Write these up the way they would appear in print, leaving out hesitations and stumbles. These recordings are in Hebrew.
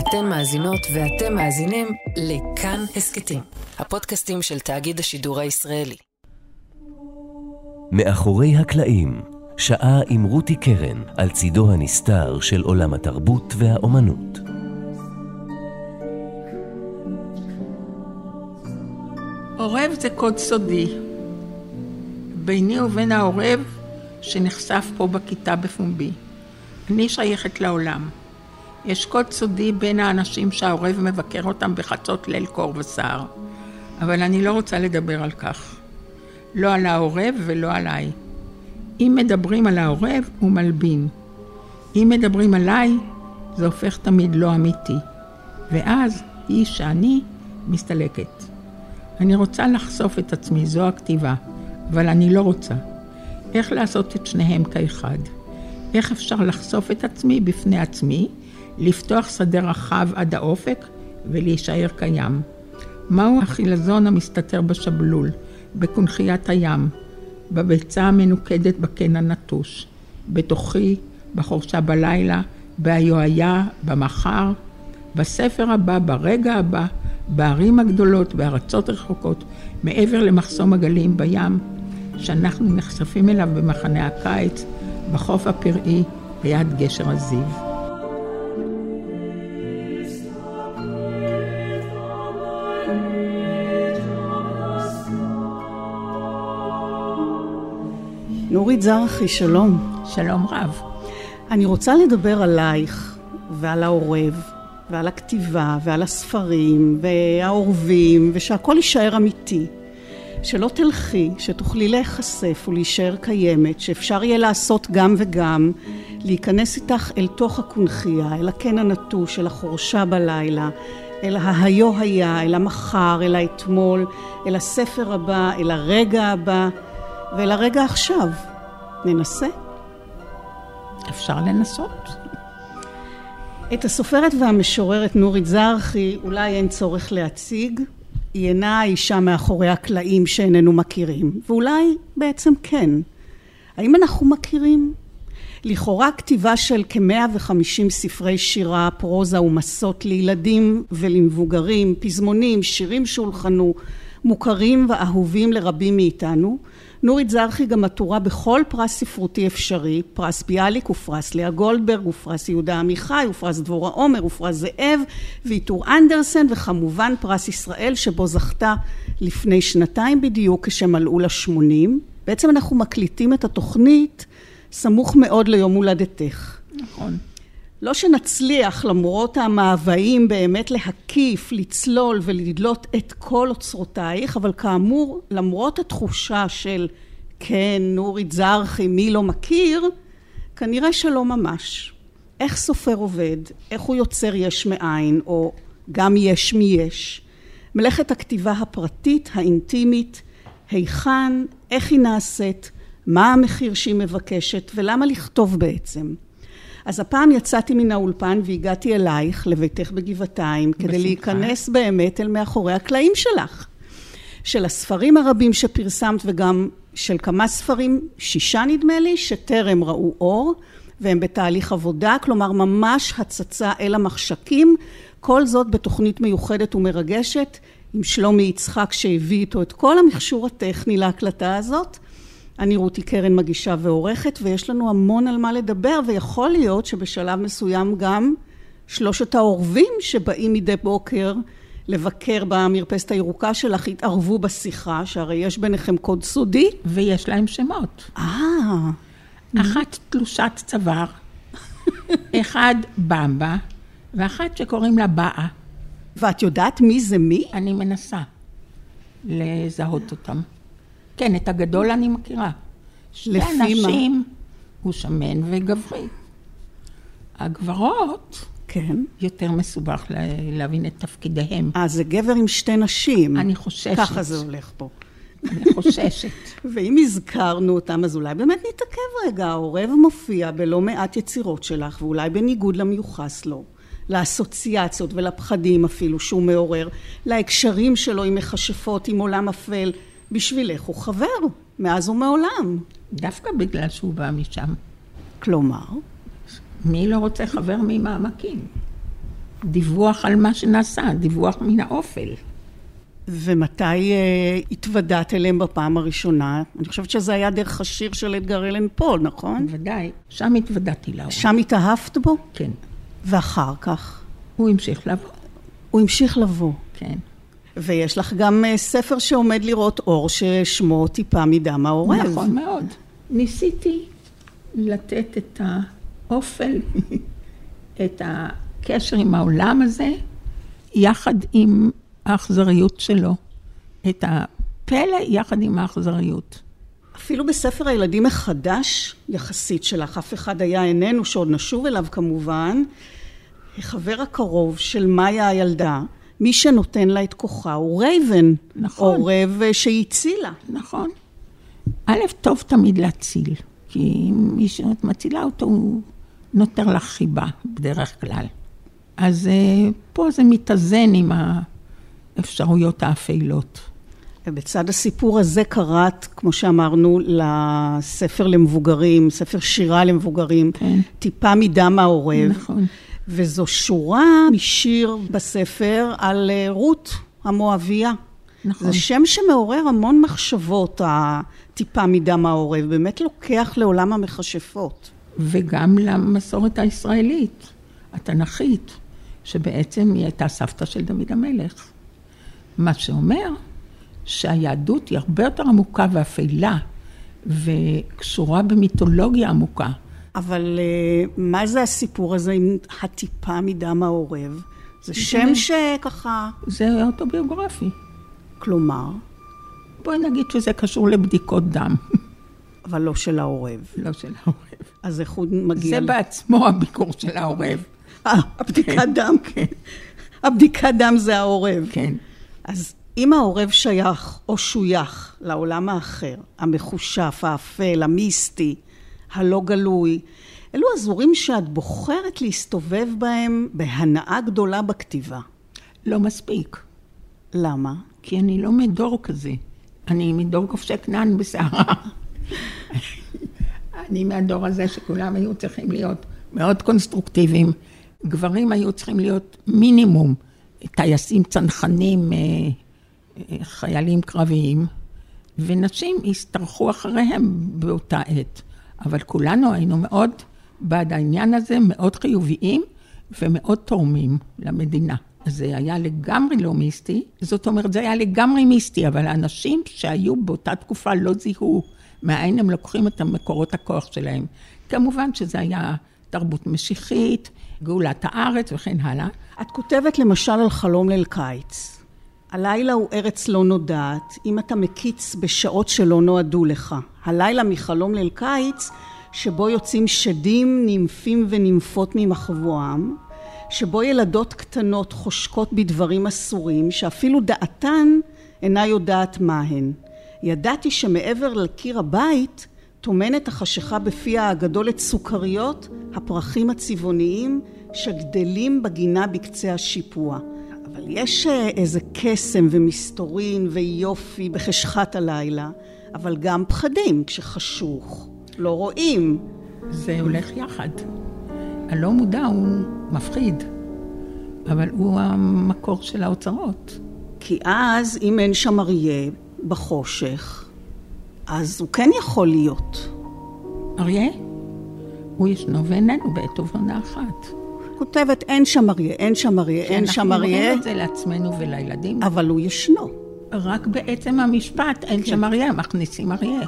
אתן מאזינות ואתם מאזינים לכאן הסקטים, הפודקאסטים של תאגיד השידור הישראלי. מאחורי הקלעים, שעה עם רותי קרן על צידו הנסתר של עולם התרבות והאומנות. עורב זה קוד סודי, ביני ובין העורב שנחשף פה בכיתה בפומבי. אני שייכת לעולם. יש קוד סודי בין האנשים שהעורב מבקר אותם בחצות ליל קור וסער. אבל אני לא רוצה לדבר על כך. לא על העורב ולא עליי. אם מדברים על העורב, הוא מלבין. אם מדברים עליי, זה הופך תמיד לא אמיתי. ואז היא שאני מסתלקת. אני רוצה לחשוף את עצמי, זו הכתיבה, אבל אני לא רוצה. איך לעשות את שניהם כאחד? איך אפשר לחשוף את עצמי בפני עצמי, לפתוח שדה רחב עד האופק ולהישאר קיים? מהו החילזון המסתתר בשבלול, בקונחיית הים, בביצה המנוקדת בקן הנטוש, בתוכי, בחורשה בלילה, בהיוהיה, במחר, בספר הבא, ברגע הבא, בערים הגדולות, בארצות רחוקות, מעבר למחסום הגלים בים, שאנחנו נחשפים אליו במחנה הקיץ, בחוף הפראי, ליד גשר הזיו. נורית זרחי, שלום. שלום רב. אני רוצה לדבר עלייך ועל העורב ועל הכתיבה ועל הספרים והעורבים, ושהכל יישאר אמיתי. שלא תלכי, שתוכלי להיחשף ולהישאר קיימת, שאפשר יהיה לעשות גם וגם, להיכנס איתך אל תוך הקונחייה, אל הקן הנטוש, אל החורשה בלילה, אל ההיו היה, אל המחר, אל האתמול, אל הספר הבא, אל הרגע הבא, ואל הרגע עכשיו. ננסה? אפשר לנסות. את הסופרת והמשוררת נורית זרחי אולי אין צורך להציג. היא אינה האישה מאחורי הקלעים שאיננו מכירים, ואולי בעצם כן. האם אנחנו מכירים? לכאורה כתיבה של כ-150 ספרי שירה, פרוזה ומסות לילדים ולמבוגרים, פזמונים, שירים שהולחנו, מוכרים ואהובים לרבים מאיתנו. נורית זרחי גם עטורה בכל פרס ספרותי אפשרי, פרס ביאליק ופרס לאה גולדברג ופרס יהודה עמיחי ופרס דבורה עומר ופרס זאב ועיטור אנדרסן, וכמובן פרס ישראל שבו זכתה לפני 2 בדיוק כשמלאו לה 80. בעצם אנחנו מקליטים את התוכנית סמוך מאוד ליום הולדתך. נכון. לא שנצליח למרות המאוויים באמת להקיף, לצלול ולדלות את כל אוצרותייך, אבל כאמור, למרות התחושה של כן, נורית זרחי, מי לא מכיר, כנראה שלא ממש. איך סופר עובד, איך הוא יוצר יש מאין, או גם יש מיש. מלאכת הכתיבה הפרטית, האינטימית, היכן, איך היא נעשית, מה המחיר שהיא מבקשת, ולמה לכתוב בעצם. אז הפעם יצאתי מן האולפן והגעתי אלייך, לביתך בגבעתיים, כדי להיכנס באמת אל מאחורי הקלעים שלך. של הספרים הרבים שפרסמת וגם של כמה ספרים, 6 נדמה לי, שטרם ראו אור, והם בתהליך עבודה, כלומר ממש הצצה אל המחשכים, כל זאת בתוכנית מיוחדת ומרגשת, עם שלומי יצחק שהביא איתו את כל המכשור הטכני להקלטה הזאת. אני רותי קרן מגישה ועורכת, ויש לנו המון על מה לדבר, ויכול להיות שבשלב מסוים גם 3 העורבים שבאים מדי בוקר לבקר במרפסת הירוקה שלך, התערבו בשיחה, שהרי יש ביניכם קוד סודי. ויש להם שמות. אחת תלושת צוואר, אחד במבה, ואחת שקוראים לה באה. ואת יודעת מי זה מי? אני מנסה לזהות אותם. כן, את הגדול אני מכירה. 2 אנשים, הוא שמן וגברי. הגברות, כן. יותר מסובך להבין את תפקידיהם. זה גבר עם 2 נשים. אני חוששת. ככה זה הולך פה. אני חוששת. ואם הזכרנו אותם, אז אולי באמת נתעכב רגע. העורב מופיע בלא מעט יצירות שלך, ואולי בניגוד למיוחס לו. לאסוציאציות ולפחדים אפילו שהוא מעורר, להקשרים שלו עם מכשפות, עם עולם אפל. בשבילך הוא חבר, מאז ומעולם. דווקא בגלל שהוא בא משם. כלומר? מי לא רוצה חבר ממעמקים? דיווח על מה שנעשה, דיווח מן האופל. ומתי התוודעת אליהם בפעם הראשונה? אני חושבת שזה היה דרך השיר של אדגר אלן פו, נכון? ודאי, שם התוודעתי לעורב. שם התאהבת בו? כן. ואחר כך? הוא המשיך לבוא. הוא המשיך לבוא. כן. ויש לך גם ספר שעומד לראות אור ששמו טיפה מדם העורב. נכון מאוד. ניסיתי לתת את האופל, את הקשר עם העולם הזה, יחד עם האכזריות שלו. את הפלא יחד עם האכזריות. אפילו בספר הילדים החדש יחסית שלך, אף אחד היה איננו, שעוד נשוב אליו כמובן, החבר הקרוב של מאיה הילדה, מי שנותן לה את כוחה הוא רייבן, נכון. עורב שהצילה. נכון. א', טוב תמיד להציל, כי אם מי שאת מצילה אותו, הוא נותר לך חיבה בדרך כלל. אז פה זה מתאזן עם האפשרויות האפלות. ובצד הסיפור הזה קראת, כמו שאמרנו, לספר למבוגרים, ספר שירה למבוגרים, כן. טיפה מדם העורב. נכון. וזו שורה משיר בספר על רות המואביה. נכון. זה שם שמעורר המון מחשבות, הטיפה מדם העורב, באמת לוקח לעולם המכשפות. וגם למסורת הישראלית, התנ"כית, שבעצם היא הייתה סבתא של דוד המלך. מה שאומר שהיהדות היא הרבה יותר עמוקה ואפלה, וקשורה במיתולוגיה עמוקה. אבל מה זה הסיפור הזה עם הטיפה מדם העורב? זה שם שככה... זה אוטוביוגרפי. כלומר? בואי נגיד שזה קשור לבדיקות דם. אבל לא של העורב. לא של העורב. אז איך הוא מגיע... זה בעצמו הביקור של העורב. הבדיקת דם. כן. הבדיקת דם זה העורב. כן. אז אם העורב שייך או שוייך לעולם האחר, המחושף, האפל, המיסטי, הלא גלוי, אלו אזורים שאת בוחרת להסתובב בהם בהנאה גדולה בכתיבה. לא מספיק. למה? כי אני לא מדור כזה. אני מדור כובשי כנען בסערה. אני מהדור הזה שכולם היו צריכים להיות מאוד קונסטרוקטיביים. גברים היו צריכים להיות מינימום, טייסים, צנחנים, חיילים קרביים, ונשים הסתרחו אחריהם באותה עת. אבל כולנו היינו מאוד בעד העניין הזה, מאוד חיוביים ומאוד תורמים למדינה. זה היה לגמרי לא מיסטי, זאת אומרת, זה היה לגמרי מיסטי, אבל האנשים שהיו באותה תקופה לא זיהו מאין הם לוקחים את מקורות הכוח שלהם. כמובן שזה היה תרבות משיחית, גאולת הארץ וכן הלאה. את כותבת למשל על חלום ליל קיץ. הלילה הוא ארץ לא נודעת, אם אתה מקיץ בשעות שלא נועדו לך. הלילה מחלום ליל קיץ, שבו יוצאים שדים, נימפים ונימפות ממחבואם, שבו ילדות קטנות חושקות בדברים אסורים, שאפילו דעתן אינה יודעת מה הן. ידעתי שמעבר לקיר הבית, תומנת החשיכה בפיה הגדול את סוכריות, הפרחים הצבעוניים שגדלים בגינה בקצה השיפוע. אבל יש איזה קסם ומסתורין ויופי בחשכת הלילה, אבל גם פחדים כשחשוך, לא רואים. זה הולך יחד. הלא מודע הוא מפחיד, אבל הוא המקור של האוצרות. כי אז אם אין שם אריה בחושך, אז הוא כן יכול להיות. אריה? הוא ישנו ואיננו בעת ובעונה אחת. כותבת אין שם אריה, אין שם אריה, אין שם אריה. אנחנו אומרים את זה לעצמנו ולילדים. אבל הוא ישנו. רק בעצם המשפט, אין שם אריה, מכניסים אריה.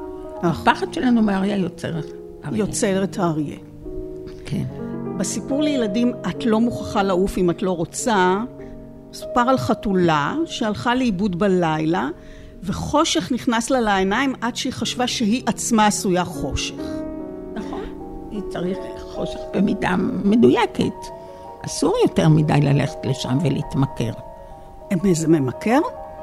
הפחד שלנו מאריה יוצר אריה. יוצר את האריה. כן. בסיפור לילדים, את לא מוכרחה לעוף אם את לא רוצה, סופר על חתולה שהלכה לאיבוד בלילה, וחושך נכנס לה לעיניים עד שהיא חשבה שהיא עצמה עשויה חושך. נכון. היא צריך חושך במידה מדויקת. אסור יותר מדי ללכת לשם ולהתמכר. זה ממכר?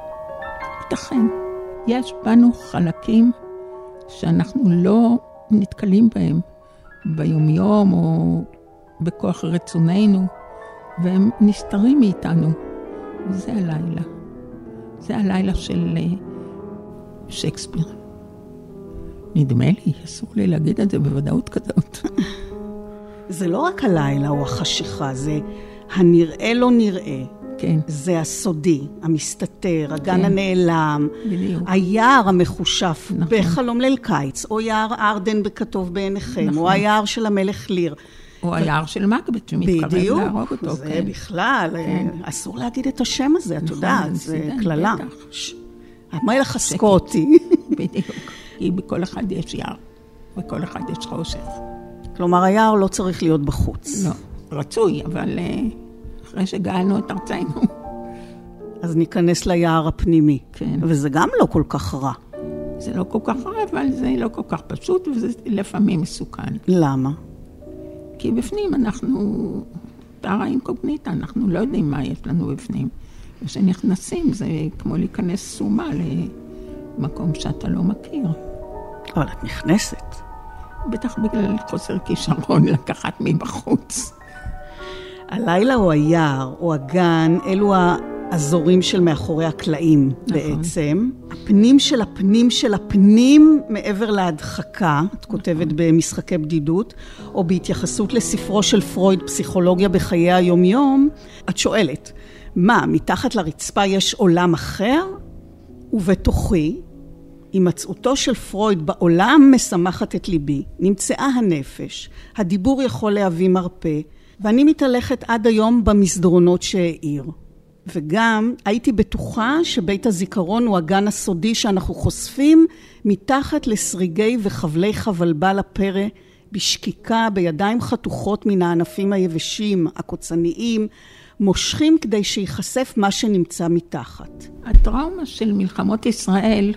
ייתכן. יש בנו חלקים שאנחנו לא נתקלים בהם ביומיום או בכוח רצוננו, והם נסתרים מאיתנו. וזה הלילה. זה הלילה של שייקספיר. נדמה לי, אסור לי להגיד את זה בוודאות כזאת. זה לא רק הלילה או החשיכה, זה הנראה לא נראה. כן. זה הסודי, המסתתר, הגן הנעלם, בדיוק. היער המחושף נכון. בחלום ליל קיץ, או יער ארדן בכתוב בעיניכם, נכון. או היער של המלך ליר. או היער של מקבת שמתקרב להרוג אותו. זה כן. בכלל, כן. אסור להגיד את השם הזה, את נכון, יודעת, זה אינסידנט, כללה. בטח. המלך הסקוטי. בדיוק. כי בכל אחד יש יער, בכל אחד יש חושך. כלומר, היער לא צריך להיות בחוץ. לא, רצוי, אבל אחרי שגאלנו את ארצנו. אז ניכנס ליער הפנימי. כן. וזה גם לא כל כך רע. זה לא כל כך רע, אבל זה לא כל כך פשוט, וזה לפעמים מסוכן. למה? כי בפנים אנחנו, תארה אינקוגניטה, אנחנו לא יודעים מה יש לנו בפנים. וכשנכנסים זה כמו להיכנס סומה למקום שאתה לא מכיר. אבל את נכנסת. בטח בגלל חוסר כישרון לקחת מבחוץ. הלילה או היער או הגן, אלו האזורים של מאחורי הקלעים בעצם. הפנים של הפנים של הפנים מעבר להדחקה, את כותבת במשחקי בדידות, או בהתייחסות לספרו של פרויד, פסיכולוגיה בחיי היומיום, את שואלת, מה, מתחת לרצפה יש עולם אחר? ובתוכי, הימצאותו של פרויד בעולם משמחת את ליבי, נמצאה הנפש, הדיבור יכול להביא מרפא, ואני מתהלכת עד היום במסדרונות שהעיר. וגם הייתי בטוחה שבית הזיכרון הוא הגן הסודי שאנחנו חושפים מתחת לסריגי וחבלי חבלבל הפרא, בשקיקה, בידיים חתוכות מן הענפים היבשים, הקוצניים, מושכים כדי שיחשף מה שנמצא מתחת. הטראומה של מלחמות ישראל,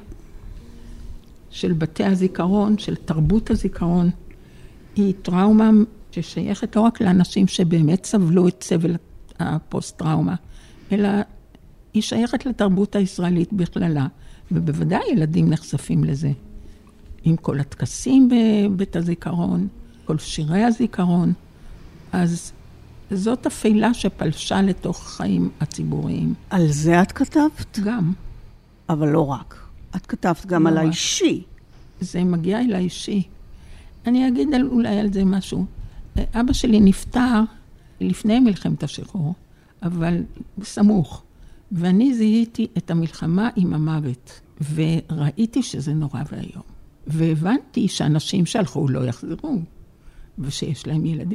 של בתי הזיכרון, של תרבות הזיכרון, היא טראומה ששייכת לא רק לאנשים שבאמת סבלו את סבל הפוסט-טראומה, אלא היא שייכת לתרבות הישראלית בכללה, ובוודאי ילדים נחשפים לזה. עם כל הטקסים בבית הזיכרון, כל שירי הזיכרון, אז זאת אפלה שפלשה לתוך חיים הציבוריים. על זה את כתבת? גם. אבל לא רק. את כתבת גם על האישי. זה מגיע אל האישי. אני אגיד אולי על זה משהו. אבא שלי נפטר לפני מלחמת השחרור, אבל סמוך. ואני זיהיתי את המלחמה עם המוות, וראיתי שזה נורא והיום. והבנתי שאנשים שהלכו לא יחזרו, ושיש להם ילדים.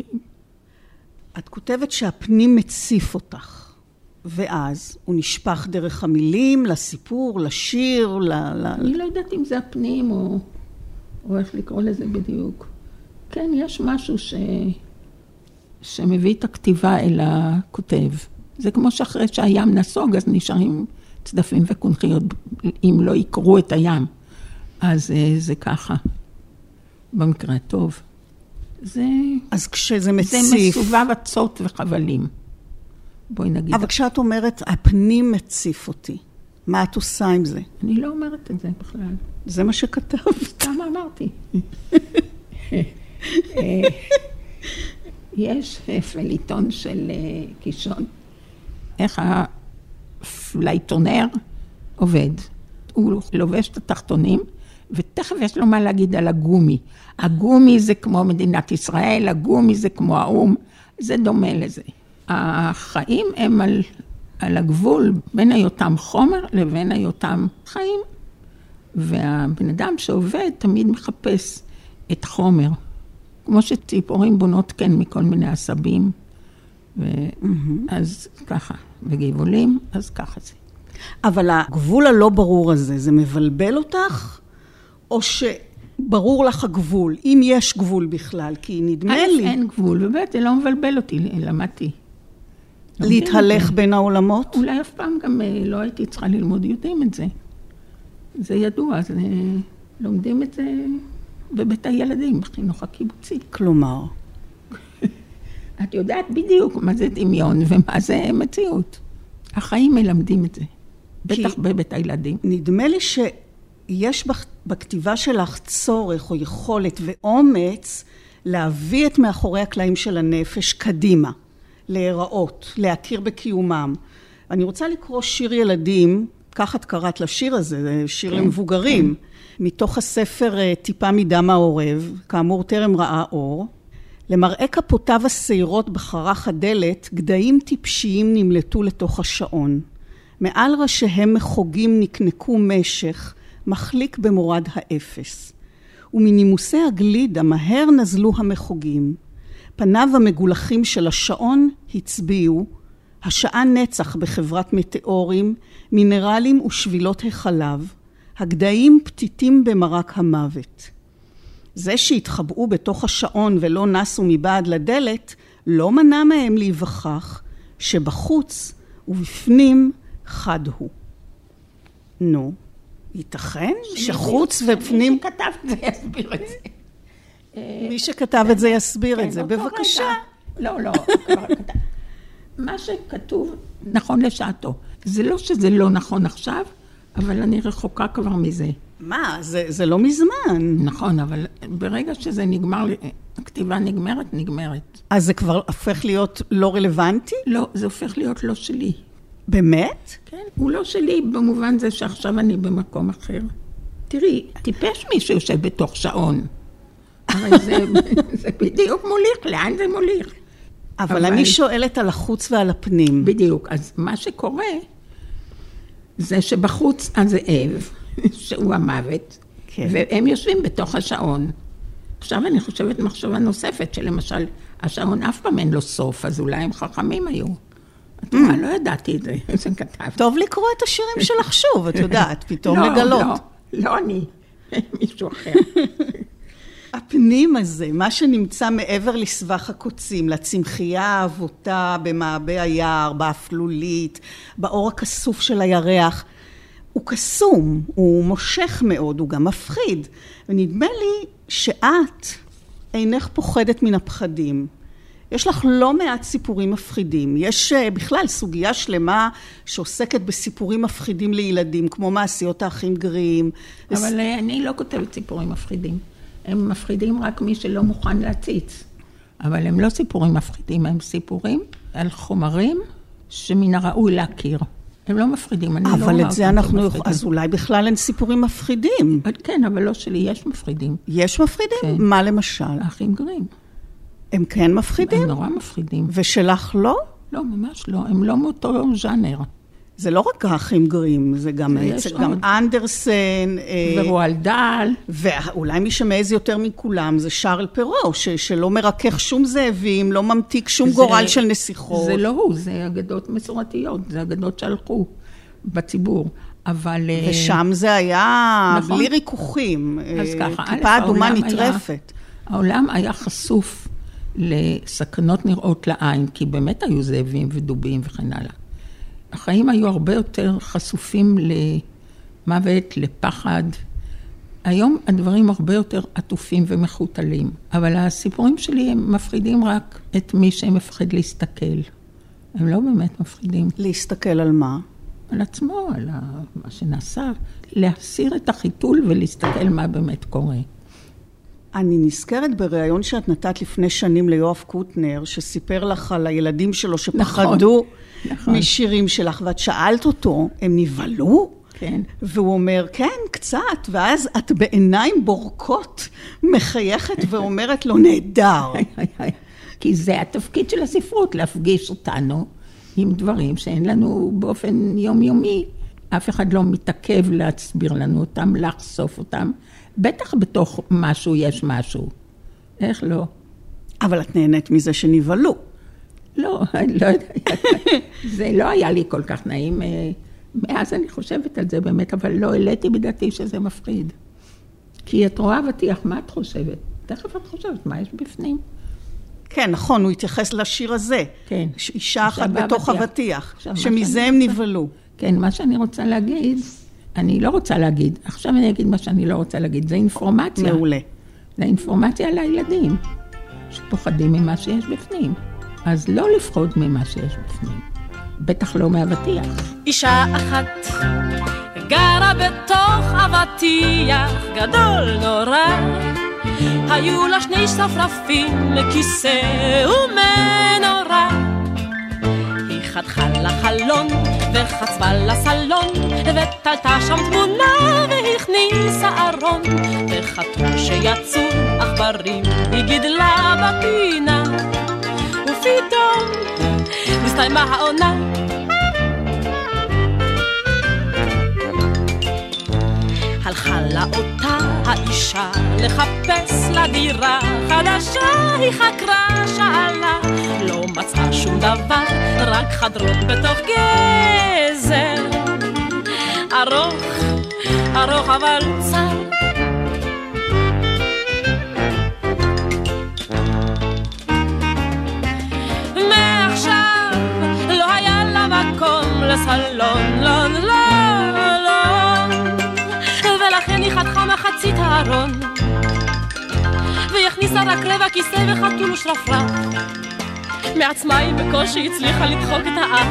את כותבת שהפנים מציף אותך, ואז הוא נשפך דרך המילים, לסיפור, לשיר, אני לא יודעת אם זה הפנים או איך לקרוא לזה בדיוק. כן, יש משהו שמביא את הכתיבה אל הכותב. זה כמו שאחרי שהים נסוג, אז נשארים צדפים וקונכיות, אם לא יקרו את הים. אז זה ככה, במקרה הטוב. אז כשזה מציף... זה מסובב עצות וחבלים. בואי נגיד... אבל כשאת אומרת, הפנים מציף אותי, מה את עושה עם זה? אני לא אומרת את זה בכלל. זה מה שכתבת. כמה אמרתי. יש פליטון של קישון. איך הפלייטונר עובד. הוא לובש את התחתונים, ותכף יש לו מה להגיד על הגומי. הגומי זה כמו מדינת ישראל, הגומי זה כמו האום, זה דומה לזה. החיים הם על הגבול בין היותם חומר לבין היותם חיים, והבן אדם שעובד תמיד מחפש את חומר, כמו שציפורים בונות כן מכל מיני עשבים, אז ככה, וגבעולים, אז ככה זה. אבל הגבול הלא ברור הזה, זה מבלבל אותך? או שברור לך הגבול, אם יש גבול בכלל, כי נדמה לי... אין גבול, ובאמת זה לא מבלבל אותי, למדתי. להתהלך בין העולמות? אולי אף פעם גם לא הייתי צריכה ללמוד, יודעים את זה. זה ידוע, אז לומדים את זה בבית הילדים, בחינוך הקיבוצי. כלומר? את יודעת בדיוק מה זה דמיון ומה זה מציאות. החיים מלמדים את זה, בטח בבית הילדים. נדמה לי שיש בכתיבה שלך צורך או יכולת ואומץ להביא את מאחורי הקלעים של הנפש קדימה, להיראות, להכיר בקיומם. אני רוצה לקרוא שיר ילדים, כך את קראת לשיר הזה, זה שיר למבוגרים, מתוך הספר טיפה מדם העורב, כאמור טרם ראה אור. למראה כפותיו הסעירות בחרך הדלת, גדיים טיפשיים נמלטו לתוך השעון. מעל ראשיהם מחוגים נקנקו משך, מחליק במורד האפס. ומנימוסי הגלידה מהר נזלו המחוגים. פניו המגולחים של השעון הצביעו, השעה נצח בחברת מטאורים, מינרלים ושבילות החלב, הגדיים פתיתים במרק המוות. זה שהתחבאו בתוך השעון ולא נסו מבעד לדלת, לא מנע מהם להיווכח שבחוץ ובפנים חד הוא. נו, ייתכן שחוץ ופנים... מי שכתב את זה יסביר את זה. מי שכתב את זה יסביר את זה, בבקשה. לא, מה שכתוב נכון לשעתו. זה לא שזה לא נכון עכשיו, אבל אני רחוקה כבר מזה. מה? זה לא מזמן. נכון, אבל ברגע שזה נגמר, הכתיבה נגמרת. אז זה כבר הופך להיות לא רלוונטי? לא, זה הופך להיות לא שלי. באמת? כן, הוא לא שלי במובן זה שעכשיו אני במקום אחר. תראי, טיפש מי שיושב בתוך שעון. הרי זה בדיוק מוליך, לאן זה מוליך? אבל אני שואלת על החוץ ועל הפנים. בדיוק, אז מה שקורה זה שבחוץ הזאב, שהוא המוות, כן. והם יושבים בתוך השעון. עכשיו אני חושבת מחשבה נוספת, שלמשל השעון אף פעם אין לו סוף, אז אולי הם חכמים היו. לא ידעתי את זה, זה כתב. טוב לקרוא את השירים שלך שוב, את יודעת, פתאום לגלות. לא אני, מישהו אחר. הפנים הזה, מה שנמצא מעבר לסבך הקוצים, לצמחייה האבותה במעבה היער, באפלולית, באור הכסוף של הירח, הוא קסום, הוא מושך מאוד, הוא גם מפחיד. ונדמה לי שאת אינך פוחדת מן הפחדים. יש לך לא מעט סיפורים מפחידים. יש בכלל סוגיה שלמה שעוסקת בסיפורים מפחידים לילדים, כמו מעשיות האחים גרים. אבל אני לא כותבת סיפורים מפחידים. הם מפחידים רק מי שלא מוכן להציץ. אבל הם לא סיפורים מפחידים, הם סיפורים על חומרים שמן הראוי להכיר. הם לא מפחידים, אני לא רואה אותם. אבל את זה אנחנו, אז אולי בכלל אין סיפורים מפחידים. כן, אבל לא שלי, יש מפחידים. יש מפחידים? כן. מה למשל? האחים גרים. הם כן מפחידים? הם נורא מפחידים. ושלך לא? לא, ממש לא. הם לא מאותו ז'אנר. זה לא רק האחים גרים, זה גם אנדרסן. ורואלד דאל. ואולי מי שמעז יותר מכולם זה שרל פרו, שלא מרכך שום זאבים, לא ממתיק שום גורל של נסיכות. זה לא הוא, זה אגדות מסורתיות, זה אגדות שהלכו בציבור. אבל... ושם זה היה נכון. בלי ריכוחים, כיפה אדומה נטרפת. העולם היה חשוף לסכנות נראות לעין, כי באמת היו זאבים ודובים וכן הלאה. החיים היו הרבה יותר חשופים למוות, לפחד. היום הדברים הרבה יותר עטופים ומחותלים. אבל הסיפורים שלי הם מפחידים רק את מי שהם מפחד להסתכל. הם לא באמת מפחידים. להסתכל על מה? על עצמו, על מה שנעשה. להסיר את החיתול ולהסתכל מה באמת קורה. אני נזכרת בריאיון שאת נתת לפני שנים ליואב קוטנר, שסיפר לך על הילדים שלו שפחדו נכון. משירים שלך, ואת שאלת אותו, הם נבלו? כן. והוא אומר, כן, קצת, ואז את בעיניים בורקות מחייכת ואומרת לו, נהדר. כי זה התפקיד של הספרות, להפגיש אותנו עם דברים שאין לנו באופן יומיומי. אף אחד לא מתעכב להסביר לנו אותם, לחשוף אותם. בטח בתוך משהו יש משהו. איך לא? אבל את נהנית מזה שנבלו. לא, אני לא יודעת. זה לא היה לי כל כך נעים. מאז אני חושבת על זה באמת, אבל לא העליתי בדעתי שזה מפחיד. כי את רואה אבטיח, מה את חושבת? תכף את חושבת, מה יש בפנים? כן, נכון, הוא התייחס לשיר הזה. כן. אישה אחת בתוך אבטיח, שמזה הם נבלו. כן, מה שאני רוצה להגיד, אני לא רוצה להגיד. עכשיו אני אגיד מה שאני לא רוצה להגיד. זה אינפורמציה. מעולה. זה אינפורמציה לילדים, שפוחדים ממה שיש בפנים. אז לא לפחוד ממה שיש בפנים. בטח לא מאבטיח. אישה אחת גרה בתוך אבטיח גדול נורא. היו לה שני שרפרפים לכיסא ומנורה. היא חתכה לחלון וחצבה לסלון ותלתה שם תמונה והכניסה ארון חתול שיצאו עכברים, היא גידלה בפינה, ופתאום נסתיימה העונה. הלכה לה אותה האישה לחפש לה דירה חדשה, היא חקרה, שאלה, לא מצאה שום דבר, רק חדרות בתוך גזר ארוך, ארוך אבל צר. מעכשיו לא היה לה מקום לסלון, לא, לא, לא, ולכן היא חתכה מחצית הארון והכניסה רק רבע כיסא וחתול ושרפרף. מעצמה היא בקושי הצליחה לדחוק את האף.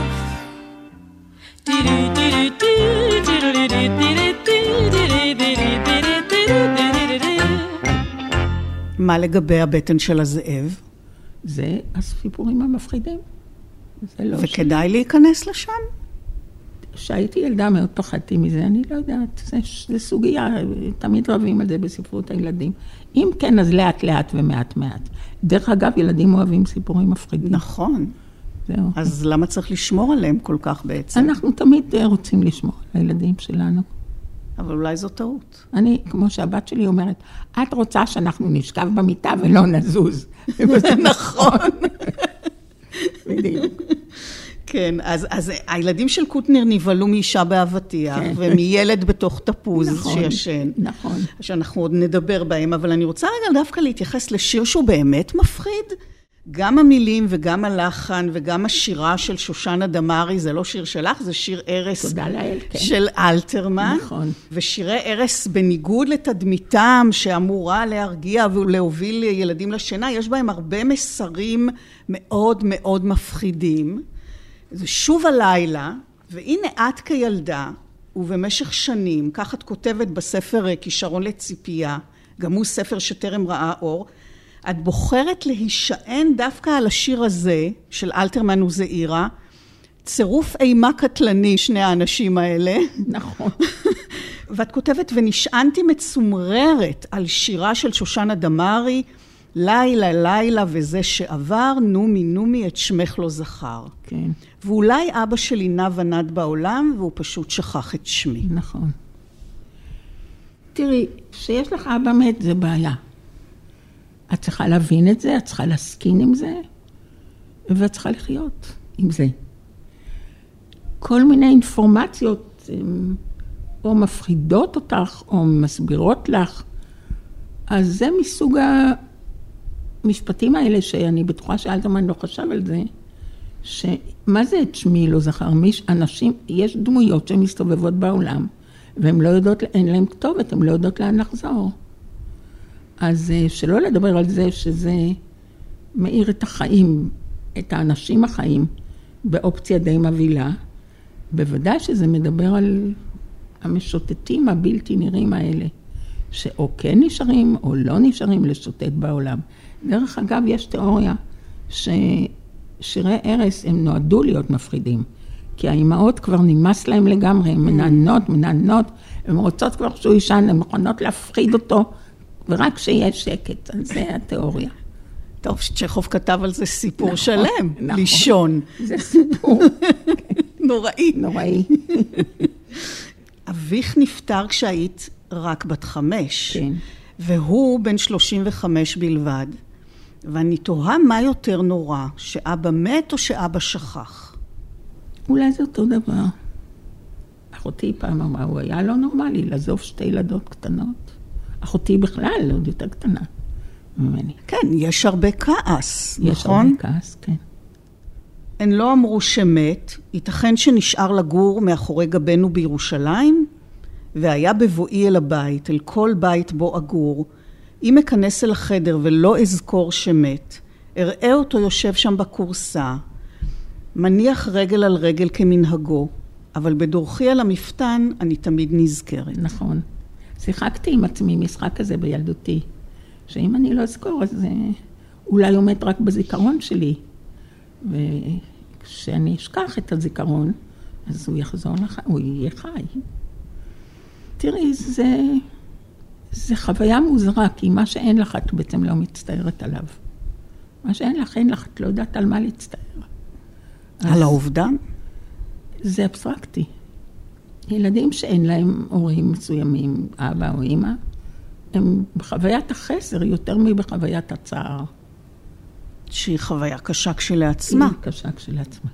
מה לגבי הבטן של הזאב? זה הסיפורים המפחידים. וכדאי להיכנס לשם? כשהייתי ילדה מאוד פחדתי מזה, אני לא יודעת, זה סוגיה, תמיד רבים על זה בספרות הילדים. אם כן, אז לאט לאט ומעט מעט. דרך אגב, ילדים אוהבים סיפורים מפחידים. נכון. זהו. אז למה צריך לשמור עליהם כל כך בעצם? אנחנו תמיד רוצים לשמור על הילדים שלנו. אבל אולי זו טעות. אני, כמו שהבת שלי אומרת, את רוצה שאנחנו נשכב במיטה ולא נזוז. וזה נכון. בדיוק. כן, אז הילדים של קוטנר נבהלו מאישה באבטיח, כן. ומילד בתוך תפוז נכון, שישן. נכון. שאנחנו עוד נדבר בהם, אבל אני רוצה רגע דווקא להתייחס לשיר שהוא באמת מפחיד. גם המילים וגם הלחן וגם השירה של שושנה דמארי, זה לא שיר שלך, זה שיר ערס כן. של אלתרמן. נכון. ושירי ערס בניגוד לתדמיתם שאמורה להרגיע ולהוביל ילדים לשינה, יש בהם הרבה מסרים מאוד מאוד מפחידים. זה שוב הלילה, והנה את כילדה, ובמשך שנים, כך את כותבת בספר כישרון לציפייה, גם הוא ספר שטרם ראה אור, את בוחרת להישען דווקא על השיר הזה, של אלתרמן וזעירה, צירוף אימה קטלני, שני האנשים האלה. נכון. ואת כותבת, ונשענתי מצומררת על שירה של שושנה דמארי, לילה, לילה, וזה שעבר, נומי, נומי, את שמך לא זכר. כן. ואולי אבא שלי נע ונד בעולם, והוא פשוט שכח את שמי. נכון. תראי, שיש לך אבא מת, זה בעיה. את צריכה להבין את זה, את צריכה להסכין עם זה, ואת צריכה לחיות עם זה. כל מיני אינפורמציות, או מפחידות אותך, או מסבירות לך, אז זה מסוג המשפטים האלה, שאני בטוחה שאלתרמן לא חשב על זה, שמה זה את שמי לא זכר? אנשים, יש דמויות שמסתובבות בעולם, והן לא יודעות, אין להן כתובת, הן לא יודעות לאן לחזור. אז שלא לדבר על זה שזה מאיר את החיים, את האנשים החיים, באופציה די מבהילה, בוודאי שזה מדבר על המשוטטים הבלתי נראים האלה, שאו כן נשארים או לא נשארים לשוטט בעולם. דרך אגב, יש תיאוריה ששירי ערס הם נועדו להיות מפחידים, כי האימהות כבר נמאס להם לגמרי, הן מנענות, הן רוצות כבר שהוא ישן, הן מוכנות להפחיד אותו, ורק שיש שקט, זה התיאוריה. טוב, צ'כוב כתב על זה סיפור נכון, שלם, נכון. לישון. זה סיפור. נוראי. נוראי. אביך נפטר כשהיית רק בת 5, כן. והוא בן 35 בלבד. ואני תוהה מה יותר נורא, שאבא מת או שאבא שכח? אולי זה אותו דבר. אחותי פעם אמרה, הוא היה לא נורמלי לעזוב 2 ילדות קטנות. אחותי בכלל, עוד יותר קטנה ממני. כן, יש הרבה כעס, יש נכון? הרבה כעס, כן. הן לא אמרו שמת, ייתכן שנשאר לגור מאחורי גבנו בירושלים, והיה בבואי אל הבית, אל כל בית בו אגור, אם אכנס אל החדר ולא אזכור שמת, אראה אותו יושב שם בקורסה, מניח רגל על רגל כמנהגו, אבל בדורכי על המפתן אני תמיד נזכרת. נכון. שיחקתי עם עצמי משחק כזה בילדותי, שאם אני לא אזכור, אז אולי הוא מת רק בזיכרון שלי. וכשאני אשכח את הזיכרון, אז הוא יחזור לך, הוא יהיה חי. תראי, זה חוויה מוזרה, כי מה שאין לך, את בעצם לא מצטערת עליו. מה שאין לך, אין לך, את לא יודעת על מה להצטער. על האובדן? זה אבסטרקטי. ילדים שאין להם הורים מסוימים, אבא או אמא, הם בחוויית החסר יותר מבחוויית הצער. שהיא חוויה קשה כשלעצמה. היא קשה כשלעצמה.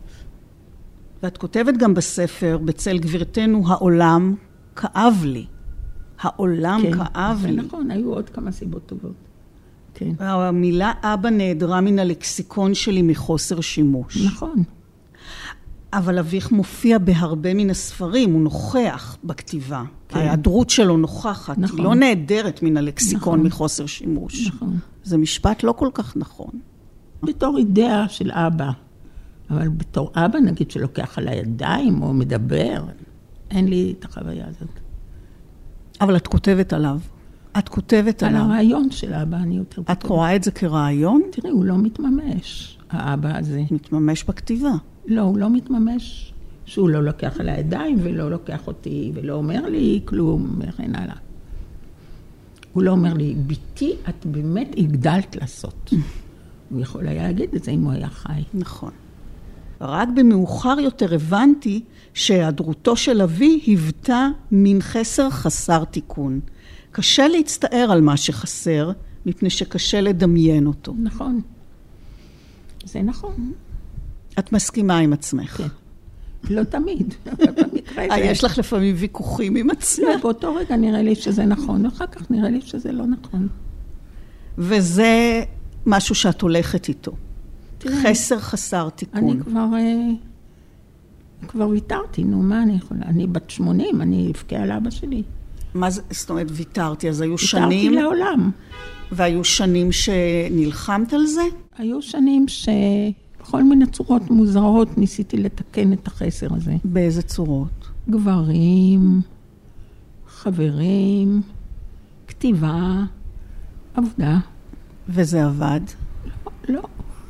ואת כותבת גם בספר, בצל גבירתנו, העולם כאב לי. העולם כן, כאב לי. נכון, היו עוד כמה סיבות טובות. כן. המילה אבא נעדרה מן הלקסיקון שלי מחוסר שימוש. נכון. אבל אביך מופיע בהרבה מן הספרים, הוא נוכח בכתיבה. כן. ההיעדרות שלו נוכחת, נכון. היא לא נעדרת מן הלקסיקון נכון. מחוסר שימוש. נכון. זה משפט לא כל כך נכון. בתור אידאה של אבא, אבל בתור אבא נגיד שלוקח על הידיים או מדבר, אין לי את החוויה הזאת. אבל את כותבת עליו. את כותבת על עליו. על הרעיון של אבא אני יותר... את רואה את זה כרעיון? תראי, הוא לא מתממש, האבא הזה. מתממש בכתיבה. לא, הוא לא מתממש שהוא לא לוקח על הידיים ולא לוקח אותי ולא אומר לי כלום וכן הלאה. הוא לא אומר לי, ביתי, את באמת הגדלת לעשות. הוא יכול היה להגיד את זה אם הוא היה חי. נכון. רק במאוחר יותר הבנתי שהיעדרותו של אבי היוותה מין חסר חסר תיקון. קשה להצטער על מה שחסר, מפני שקשה לדמיין אותו. נכון. זה נכון. את מסכימה עם עצמך. כן. לא תמיד. יש לך לפעמים ויכוחים עם עצמך. לא, באותו רגע נראה לי שזה נכון, ואחר כך נראה לי שזה לא נכון. וזה משהו שאת הולכת איתו. חסר חסר תיקון. אני כבר ויתרתי, נו, מה אני יכולה? אני בת 80, אני אבכה על אבא שלי. מה זה, זאת אומרת, ויתרתי, אז היו שנים... ויתרתי לעולם. והיו שנים שנלחמת על זה? היו שנים שבכל מיני צורות מוזרות ניסיתי לתקן את החסר הזה. באיזה צורות? גברים, חברים, כתיבה, עבודה. וזה עבד? לא.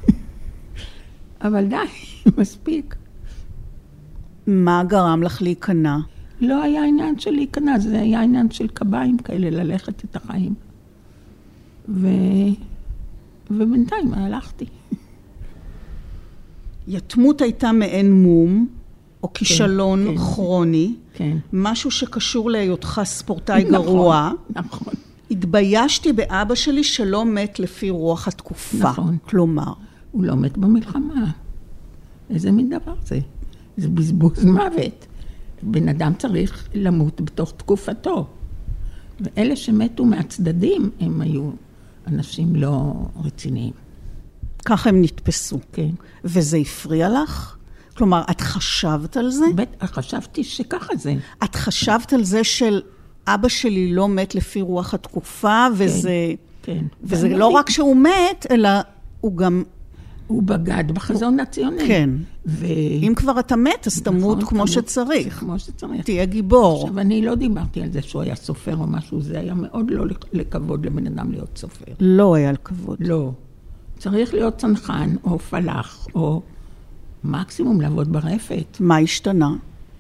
אבל די, מספיק. מה גרם לך להיכנע? לא היה עניין של להיכנע, זה היה עניין של קביים כאלה, ללכת את החיים. ובינתיים הלכתי. יתמות הייתה מעין מום, או כישלון כן, כרוני, כן. משהו שקשור להיותך ספורטאי גרוע. נכון. התביישתי באבא שלי שלא מת לפי רוח התקופה. נכון. כלומר, הוא לא מת במלחמה. איזה מין דבר זה? זה בזבוז מוות. בן אדם צריך למות בתוך תקופתו. ואלה שמתו מהצדדים, הם היו אנשים לא רציניים. ככה הם נתפסו. כן. וזה הפריע לך? כלומר, את חשבת על זה? חשבתי שככה זה. את חשבת על זה של אבא שלי לא מת לפי רוח התקופה, וזה... כן. וזה לא רק שהוא מת, אלא הוא גם... הוא בגד בחזון הציוני. כן. אם כבר אתה מת, אז תמות כמו שצריך. כמו שצריך. תהיה גיבור. עכשיו, אני לא דיברתי על זה שהוא היה סופר או משהו, זה היה מאוד לא לכבוד לבן אדם להיות סופר. לא היה לכבוד. לא. צריך להיות צנחן או פלח, או מקסימום לעבוד ברפת. מה השתנה?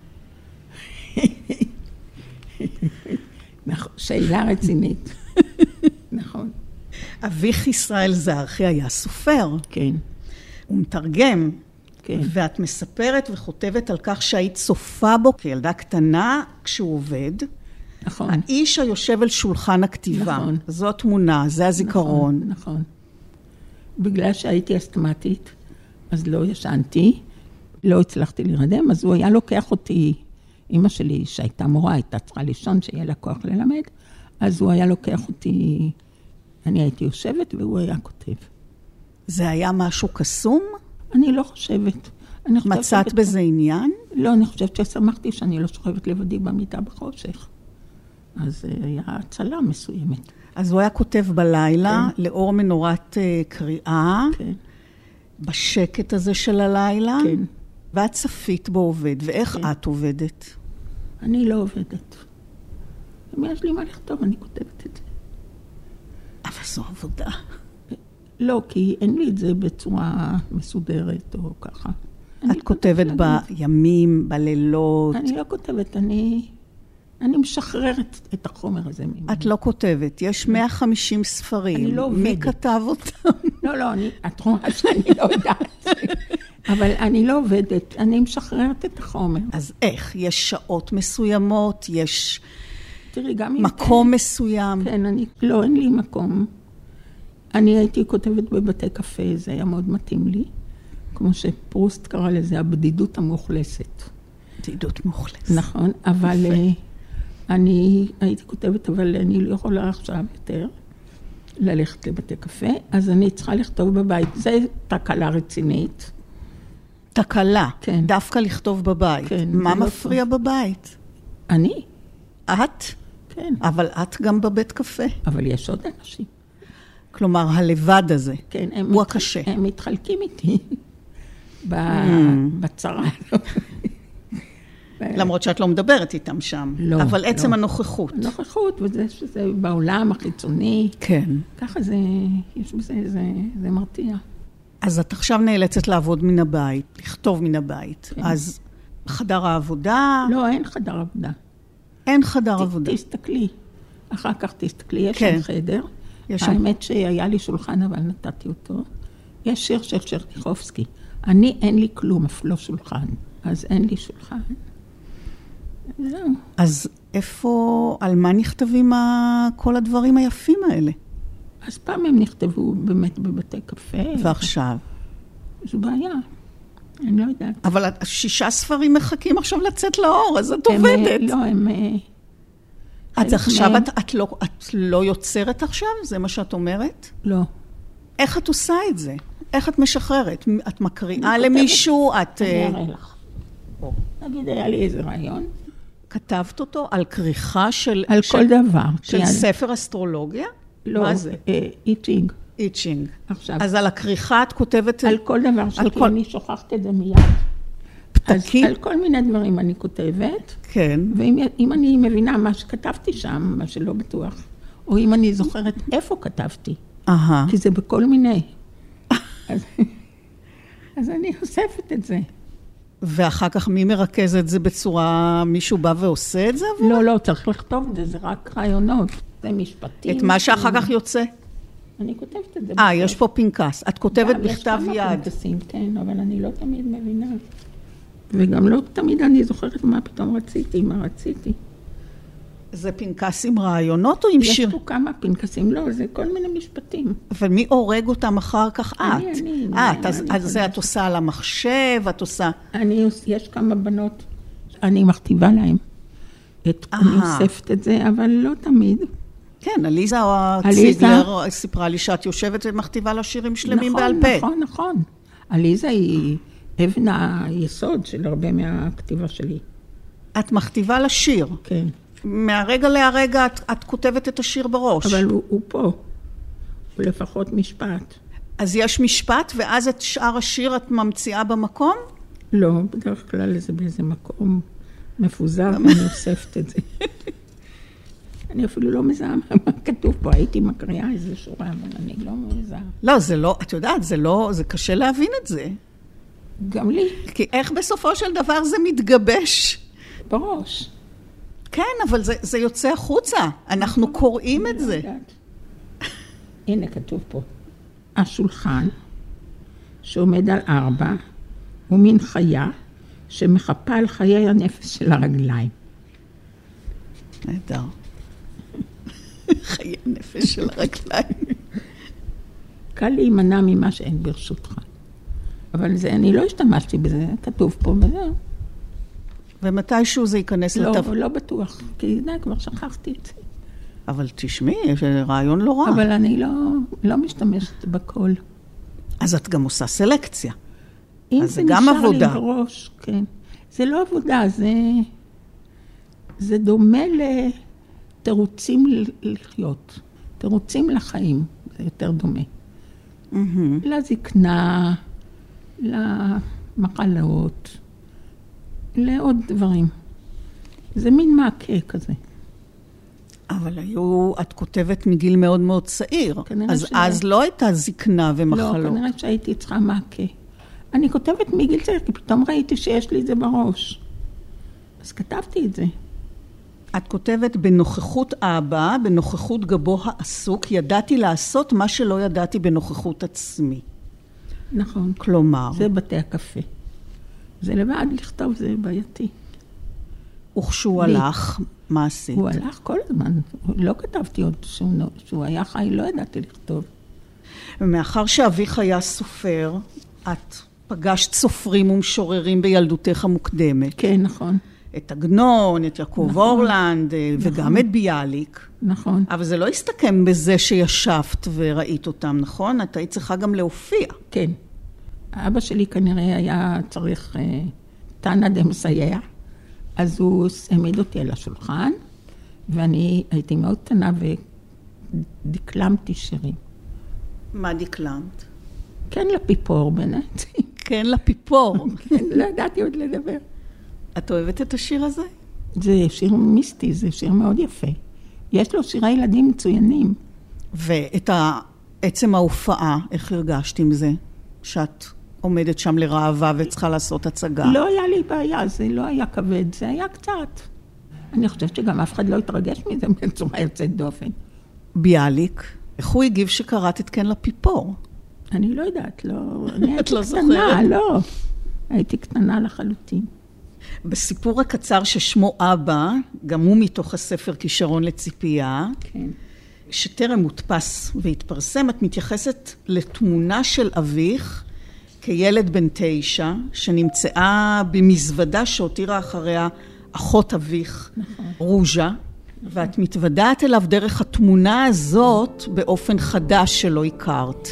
נכון, שאלה רצינית. נכון. אביך ישראל זרחי היה סופר. כן. הוא מתרגם. כן. ואת מספרת וכותבת על כך שהיית צופה בו כילדה קטנה כשהוא עובד. נכון. האיש היושב על שולחן הכתיבה. נכון. זו התמונה, זה הזיכרון. נכון, נכון. בגלל שהייתי אסתמטית, אז לא ישנתי, לא הצלחתי להירדם, אז הוא היה לוקח אותי, אמא שלי שהייתה מורה, הייתה צריכה לישון, שיהיה לה כוח ללמד, אז הוא היה לוקח אותי, אני הייתי יושבת והוא היה כותב. זה היה משהו קסום? אני לא חושבת. מצאת בזה עניין? לא, אני חושבת ששמחתי שאני לא שוכבת לבדי במיטה בחושך. אז היה הצלה מסוימת. אז הוא היה כותב בלילה, כן. לאור מנורת קריאה, כן. בשקט הזה של הלילה, כן. ואת צפית בו עובד. ואיך כן. את עובדת? אני לא עובדת. אם יש לי מה לכתוב, אני כותבת את זה. אבל זו עבודה. לא, כי אין לי את זה בצורה מסודרת או ככה. את כותבת בימים, בלילות? אני לא כותבת, אני אני משחררת את החומר הזה ממני. את לא כותבת, יש 150 ספרים. אני לא עובדת. מי כתב אותם? לא, את רואה שאני לא יודעת. אבל אני לא עובדת, אני משחררת את החומר. אז איך? יש שעות מסוימות? יש תראי, גם אם... מקום מסוים? כן, אין לי מקום. אני הייתי כותבת בבתי קפה, זה היה מאוד מתאים לי. כמו שפרוסט קרא לזה, הבדידות המאוכלסת. בדידות מאוכלסת. נכון, אבל אני הייתי כותבת, אבל אני לא יכולה עכשיו יותר ללכת לבתי קפה, אז אני צריכה לכתוב בבית. זה תקלה רצינית. תקלה? כן. דווקא לכתוב בבית. כן. מה מפריע בבית? אני? את? כן. אבל את גם בבית קפה. אבל יש עוד אנשים. כלומר, הלבד הזה. כן, הוא הקשה. הם מתחלקים איתי בצרה. למרות שאת לא מדברת איתם שם. לא. אבל עצם הנוכחות. הנוכחות, וזה שזה בעולם החיצוני. כן. ככה יש בזה, זה מרתיע. אז את עכשיו נאלצת לעבוד מן הבית, לכתוב מן הבית. כן. אז חדר העבודה... לא, אין חדר עבודה. אין חדר עבודה. תסתכלי. אחר כך תסתכלי, יש כן. שם חדר. יש שם. האמת שהיה לי שולחן, אבל נתתי אותו. יש שיר של שרטיחובסקי. אני, אין לי כלום, אף לא שולחן. אז אין לי שולחן. זהו. אז איפה, על מה נכתבים כל הדברים היפים האלה? אז פעם הם נכתבו באמת בבתי קפה. ועכשיו? זו בעיה. אני לא יודעת. אבל 6 ספרים מחכים עכשיו לצאת לאור, אז את עובדת. לא, הם... אז עכשיו את לא יוצרת עכשיו? זה מה שאת אומרת? לא. איך את עושה את זה? איך את משחררת? את מקריאה למישהו? אני אראה לך. נגיד, היה לי איזה רעיון. כתבת אותו על כריכה של... על כל דבר. של ספר אסטרולוגיה? לא, מה זה? איצ'ינג. איצ'ינג. עכשיו. אז על הכריכה את כותבת... על כל דבר שלי, אני שוכחת את זה מיד. פתקים? על כל מיני דברים אני כותבת. כן. ואם אני מבינה מה שכתבתי שם, מה שלא בטוח, או אם אני זוכרת איפה כתבתי, כי זה בכל מיני. אז אני אוספת את זה. ואחר כך מי מרכז את זה בצורה, מישהו בא ועושה את זה? לא, צריך לכתוב את זה, זה רק רעיונות, זה משפטים. את מה שאחר כך יוצא? אני כותבת את זה. יש פה פנקס, את כותבת בכתב יד. יש כמה פנקסים, כן, אבל אני לא תמיד מבינה. וגם לא תמיד אני זוכרת מה פתאום רציתי, מה רציתי. זה פנקס עם רעיונות או עם שיר? יש פה כמה פנקסים, לא, זה כל מיני משפטים. אבל מי הורג אותם אחר כך? אני. אז זה את עושה על המחשב, את עושה... יש כמה בנות, אני מכתיבה להם. אני אוספת את זה, אבל לא תמיד. כן, עליזה ציגלר סיפרה לי שאת יושבת ומכתיבה לה שירים שלמים בעל פה. נכון. עליזה היא אבן היסוד של הרבה מהכתיבה שלי. את מכתיבה לשיר? כן. מהרגע להרגע את כותבת את השיר בראש. אבל הוא פה. הוא לפחות משפט. אז יש משפט, ואז את שאר השיר את ממציאה במקום? לא, בדרך כלל זה באיזה מקום מפוזר, ואני אוספת את זה. אני אפילו לא מזהה מה כתוב פה. הייתי מקריאה איזה שורה, אבל אני לא מזהה. לא, זה לא, את יודעת, זה קשה להבין את זה. גם לי. כי איך בסופו של דבר זה מתגבש? בראש. כן, אבל זה יוצא החוצה. אנחנו קוראים את זה. הנה כתוב פה. השולחן שעומד על 4 הוא מין חיה שמחפה על חיי הנפש של הרגליים. נהדר. חיי הנפש של הרגליים. קל להימנע ממה שאין ברשותך. אבל זה, אני לא השתמשתי בזה, כתוב פה וזהו. ומתישהו זה ייכנס לתו... לא בטוח, כי כבר שכחתי את זה. אבל תשמעי, יש רעיון לא רע. אבל אני לא משתמשת בכל. אז את גם עושה סלקציה. אז זה גם עבודה. אם זה נשאר לי בראש, כן. זה לא עבודה, זה דומה לתירוצים לחיות. תירוצים לחיים, זה יותר דומה. לזקנה, למחלות, לעוד דברים. זה מין מעקה כזה. אבל את כותבת מגיל מאוד מאוד צעיר. אז לא הייתה זקנה ומחלות. לא, כנראה שהייתי צריכה מעקה. אני כותבת מגיל צעיר, כי פתאום ראיתי שיש לי את זה בראש. אז כתבתי את זה. את כותבת, בנוכחות אבא, בנוכחות גבו העסוק, ידעתי לעשות מה שלא ידעתי בנוכחות עצמי. נכון. כלומר, זה בתי הקפה. זה לבד לכתוב, זה בעייתי. וכשהוא הלך, מה עשית? הוא הלך כל הזמן. לא כתבתי עוד שהוא היה חי, לא ידעתי לכתוב. ומאחר שאביך היה סופר, את פגשת סופרים ומשוררים בילדותך המוקדמת. כן, נכון. את עגנון, את יעקב נכון. אורלנד, וגם את ביאליק. נכון. אבל זה לא הסתכם בזה שישבת וראית אותם, נכון? את היית צריכה גם להופיע. כן. אבא שלי כנראה היה צריך תנא דמסייע, אז הוא העמיד אותי על השולחן, ואני הייתי מאוד קטנה ודקלמתי שירים. מה דקלמת? כן לפיפור באמת. כן לפיפור. כן, לא ידעתי עוד לדבר. את אוהבת את השיר הזה? זה שיר מיסטי, זה שיר מאוד יפה. יש לו שירי ילדים מצוינים. ואת עצם ההופעה, איך הרגשת עם זה? שאת עומדת שם לרעבה וצריכה לעשות הצגה. לא היה לי בעיה, זה לא היה כבד, זה היה קצת. אני חושבת שגם אף אחד לא התרגש מזה בצורה יוצאת דופן. ביאליק, איך הוא הגיב שקראת את כן לפיפור? אני לא יודעת, לא. את לא זוכרת? לא. הייתי קטנה לחלוטין. בסיפור הקצר ששמו אבא, גם הוא מתוך הספר כישרון לציפייה, כן. שטרם מודפס והתפרסם, את מתייחסת לתמונה של אביך כילד בן 9, שנמצאה במזוודה שהותירה אחריה אחות אביך, נכון. רוז'ה, ואת מתוודעת אליו דרך התמונה הזאת באופן חדש שלא הכרת.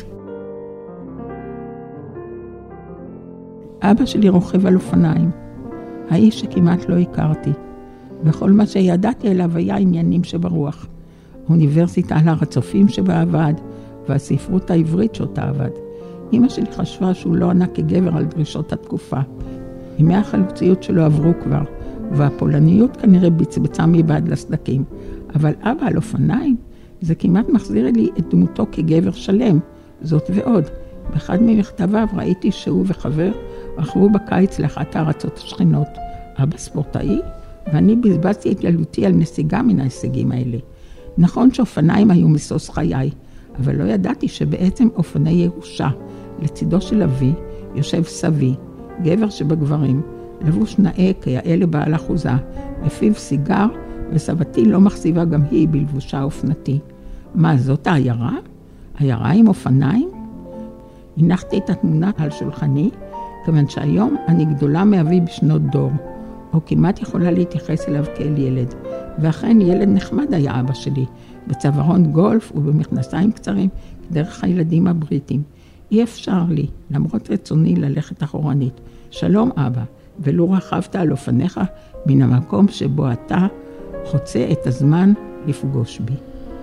אבא שלי רוכב על אופניים, האיש שכמעט לא הכרתי, וכל מה שידעתי אליו היה עניינים שברוח. האוניברסיטה על הר הצופים שבה עבד, והספרות העברית שאותה עבד. אמא שלי חשבה שהוא לא ענה כגבר על דרישות התקופה. ימי החלוציות שלו עברו כבר, והפולניות כנראה בצבצה מבעד לסדקים. אבל אבא על אופניים, זה כמעט מחזיר לי את דמותו כגבר שלם. זאת ועוד. באחד ממכתביו ראיתי שהוא וחבר רכבו בקיץ לאחת הארצות השכנות. אבא ספורטאי, ואני בזבזתי את ילדותי על נסיגה מן ההישגים האלה. נכון שאופניים היו מסוס חיי, אבל לא ידעתי שבעצם אופני ירושה. לצידו של אבי יושב סבי, גבר שבגברים, לבוש נאה כיאה לבעל אחוזה, בפיו סיגר, וסבתי לא מחסיבה גם היא בלבושה אופנתי. מה, זאת העיירה? העיירה עם אופניים? הנחתי את התמונה על שולחני, כיוון שהיום אני גדולה מאבי בשנות דור, או כמעט יכולה להתייחס אליו כאל ילד. ואכן ילד נחמד היה אבא שלי, בצווארון גולף ובמכנסיים קצרים, דרך הילדים הבריטים. אי אפשר לי, למרות רצוני, ללכת אחורנית. שלום אבא, ולו רכבת על אופניך מן המקום שבו אתה חוצה את הזמן לפגוש בי.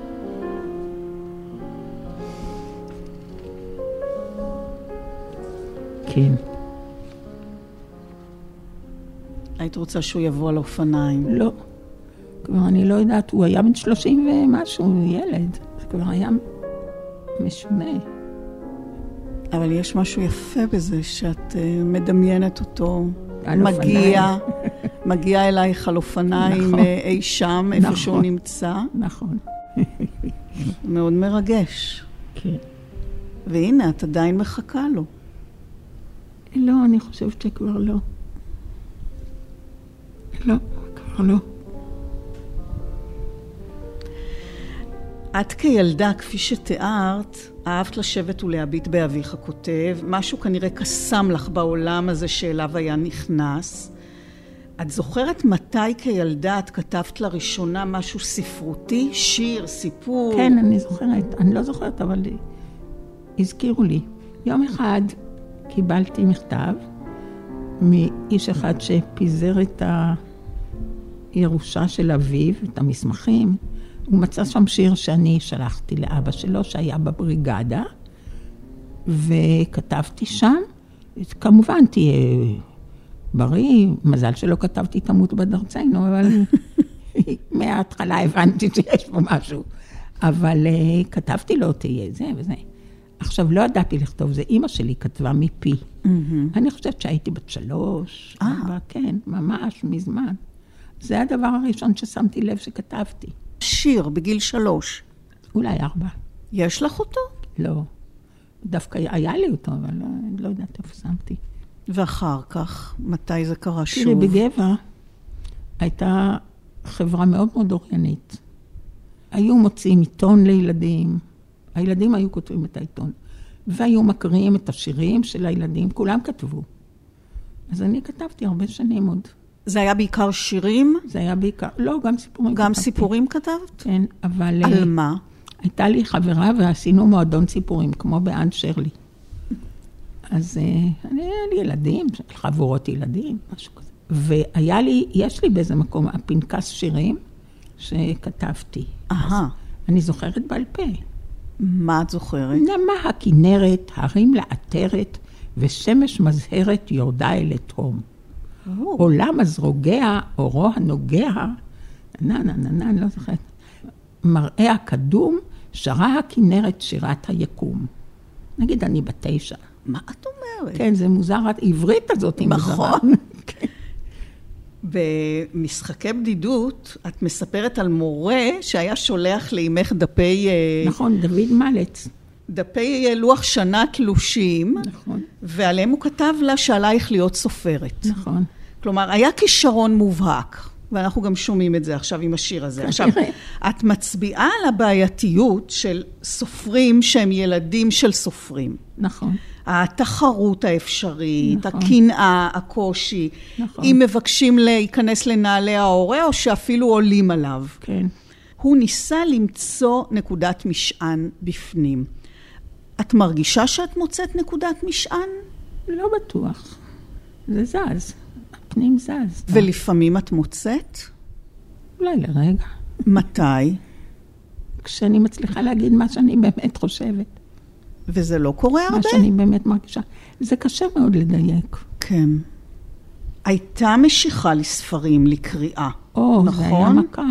כן. היית רוצה שהוא יבוא על אופניים? לא. כבר אני לא יודעת, הוא היה בן 30 ומשהו, ילד. זה כבר היה משונה. אבל יש משהו יפה בזה שאת מדמיינת אותו, מגיע אלייך על אופניים נכון. אי שם, איפה נכון. שהוא נמצא. נכון. מאוד מרגש. כן. והנה, את עדיין מחכה לו. לא, אני חושבת שכבר לא. לא, כבר לא. את כילדה, כפי שתיארת, אהבת לשבת ולהביט באביך הכותב, משהו כנראה קסם לך בעולם הזה שאליו היה נכנס. את זוכרת מתי כילדה את כתבת לראשונה משהו ספרותי, שיר, סיפור? כן, אני זוכרת. אני לא זוכרת, אבל הזכירו לי. יום אחד קיבלתי מכתב מאיש אחד שפיזר את הירושה של אביו, את המסמכים. הוא מצא שם שיר שאני שלחתי לאבא שלו, שהיה בבריגדה, וכתבתי שם, כמובן תהיה בריא, מזל שלא כתבתי תמות בדרצנו, אבל מההתחלה הבנתי שיש פה משהו. אבל כתבתי לו תהיה זה וזה. עכשיו לא ידעתי לכתוב, זה אמא שלי כתבה מפי. אני חושבת שהייתי בת 3, 4, כן, ממש מזמן. זה הדבר הראשון ששמתי לב שכתבתי. שיר בגיל 3. אולי 4. יש לך אותו? לא. דווקא היה לי אותו, אבל לא יודעת איפה שמתי. ואחר כך, מתי זה קרה שוב? תראי, בגבע הייתה חברה מאוד מאוד אוריינית. היו מוציאים עיתון לילדים, הילדים היו כותבים את העיתון, והיו מקריאים את השירים של הילדים, כולם כתבו. אז אני כתבתי הרבה שנים עוד. זה היה בעיקר שירים? זה היה בעיקר, לא, גם סיפורים גם כתבתי. כתבים כתבת? כן, אבל... על מה? הייתה לי חברה ועשינו מועדון סיפורים, כמו באן שרלי. אז היה לי ילדים, חבורות ילדים, משהו כזה. יש לי באיזה מקום הפנקס שירים שכתבתי. אני זוכרת בעל פה. מה את זוכרת? נמה הכנרת, הרים לעטרת, ושמש מזהרת יורדה אל התהום. עולם אז רוגע, אורו הנוגע, אני לא זוכרת. מראה הקדום, שרה הכנרת שירת היקום. נגיד אני ב9. מה את אומרת? כן, זה מוזר, העברית הזאת היא מוזרה. נכון. במשחקי בדידות, את מספרת על מורה שהיה שולח לאימך דפי... נכון, דוד מלץ. דפי לוח שנה תלושים. נכון. ועליהם הוא כתב לה שעלייך להיות סופרת. נכון. כלומר, היה כישרון מובהק. ואנחנו גם שומעים את זה עכשיו עם השיר הזה. עכשיו, את מצביעה על הבעייתיות של סופרים שהם ילדים של סופרים. נכון. התחרות האפשרית, נכון. הקנאה, הקושי, נכון. אם מבקשים להיכנס לנעלי ההורה או שאפילו עולים עליו. כן. הוא ניסה למצוא נקודת משען בפנים. את מרגישה שאת מוצאת נקודת משען? לא בטוח. זה זז. הפנים זז. ולפעמים את מוצאת? אולי לרגע. מתי? כשאני מצליחה להגיד מה שאני באמת חושבת. וזה לא קורה הרבה? מה שאני באמת מרגישה. זה קשה מאוד לדייק. כן. הייתה משיכה לספרים, לקריאה. נכון? נכון? זה היה מכה.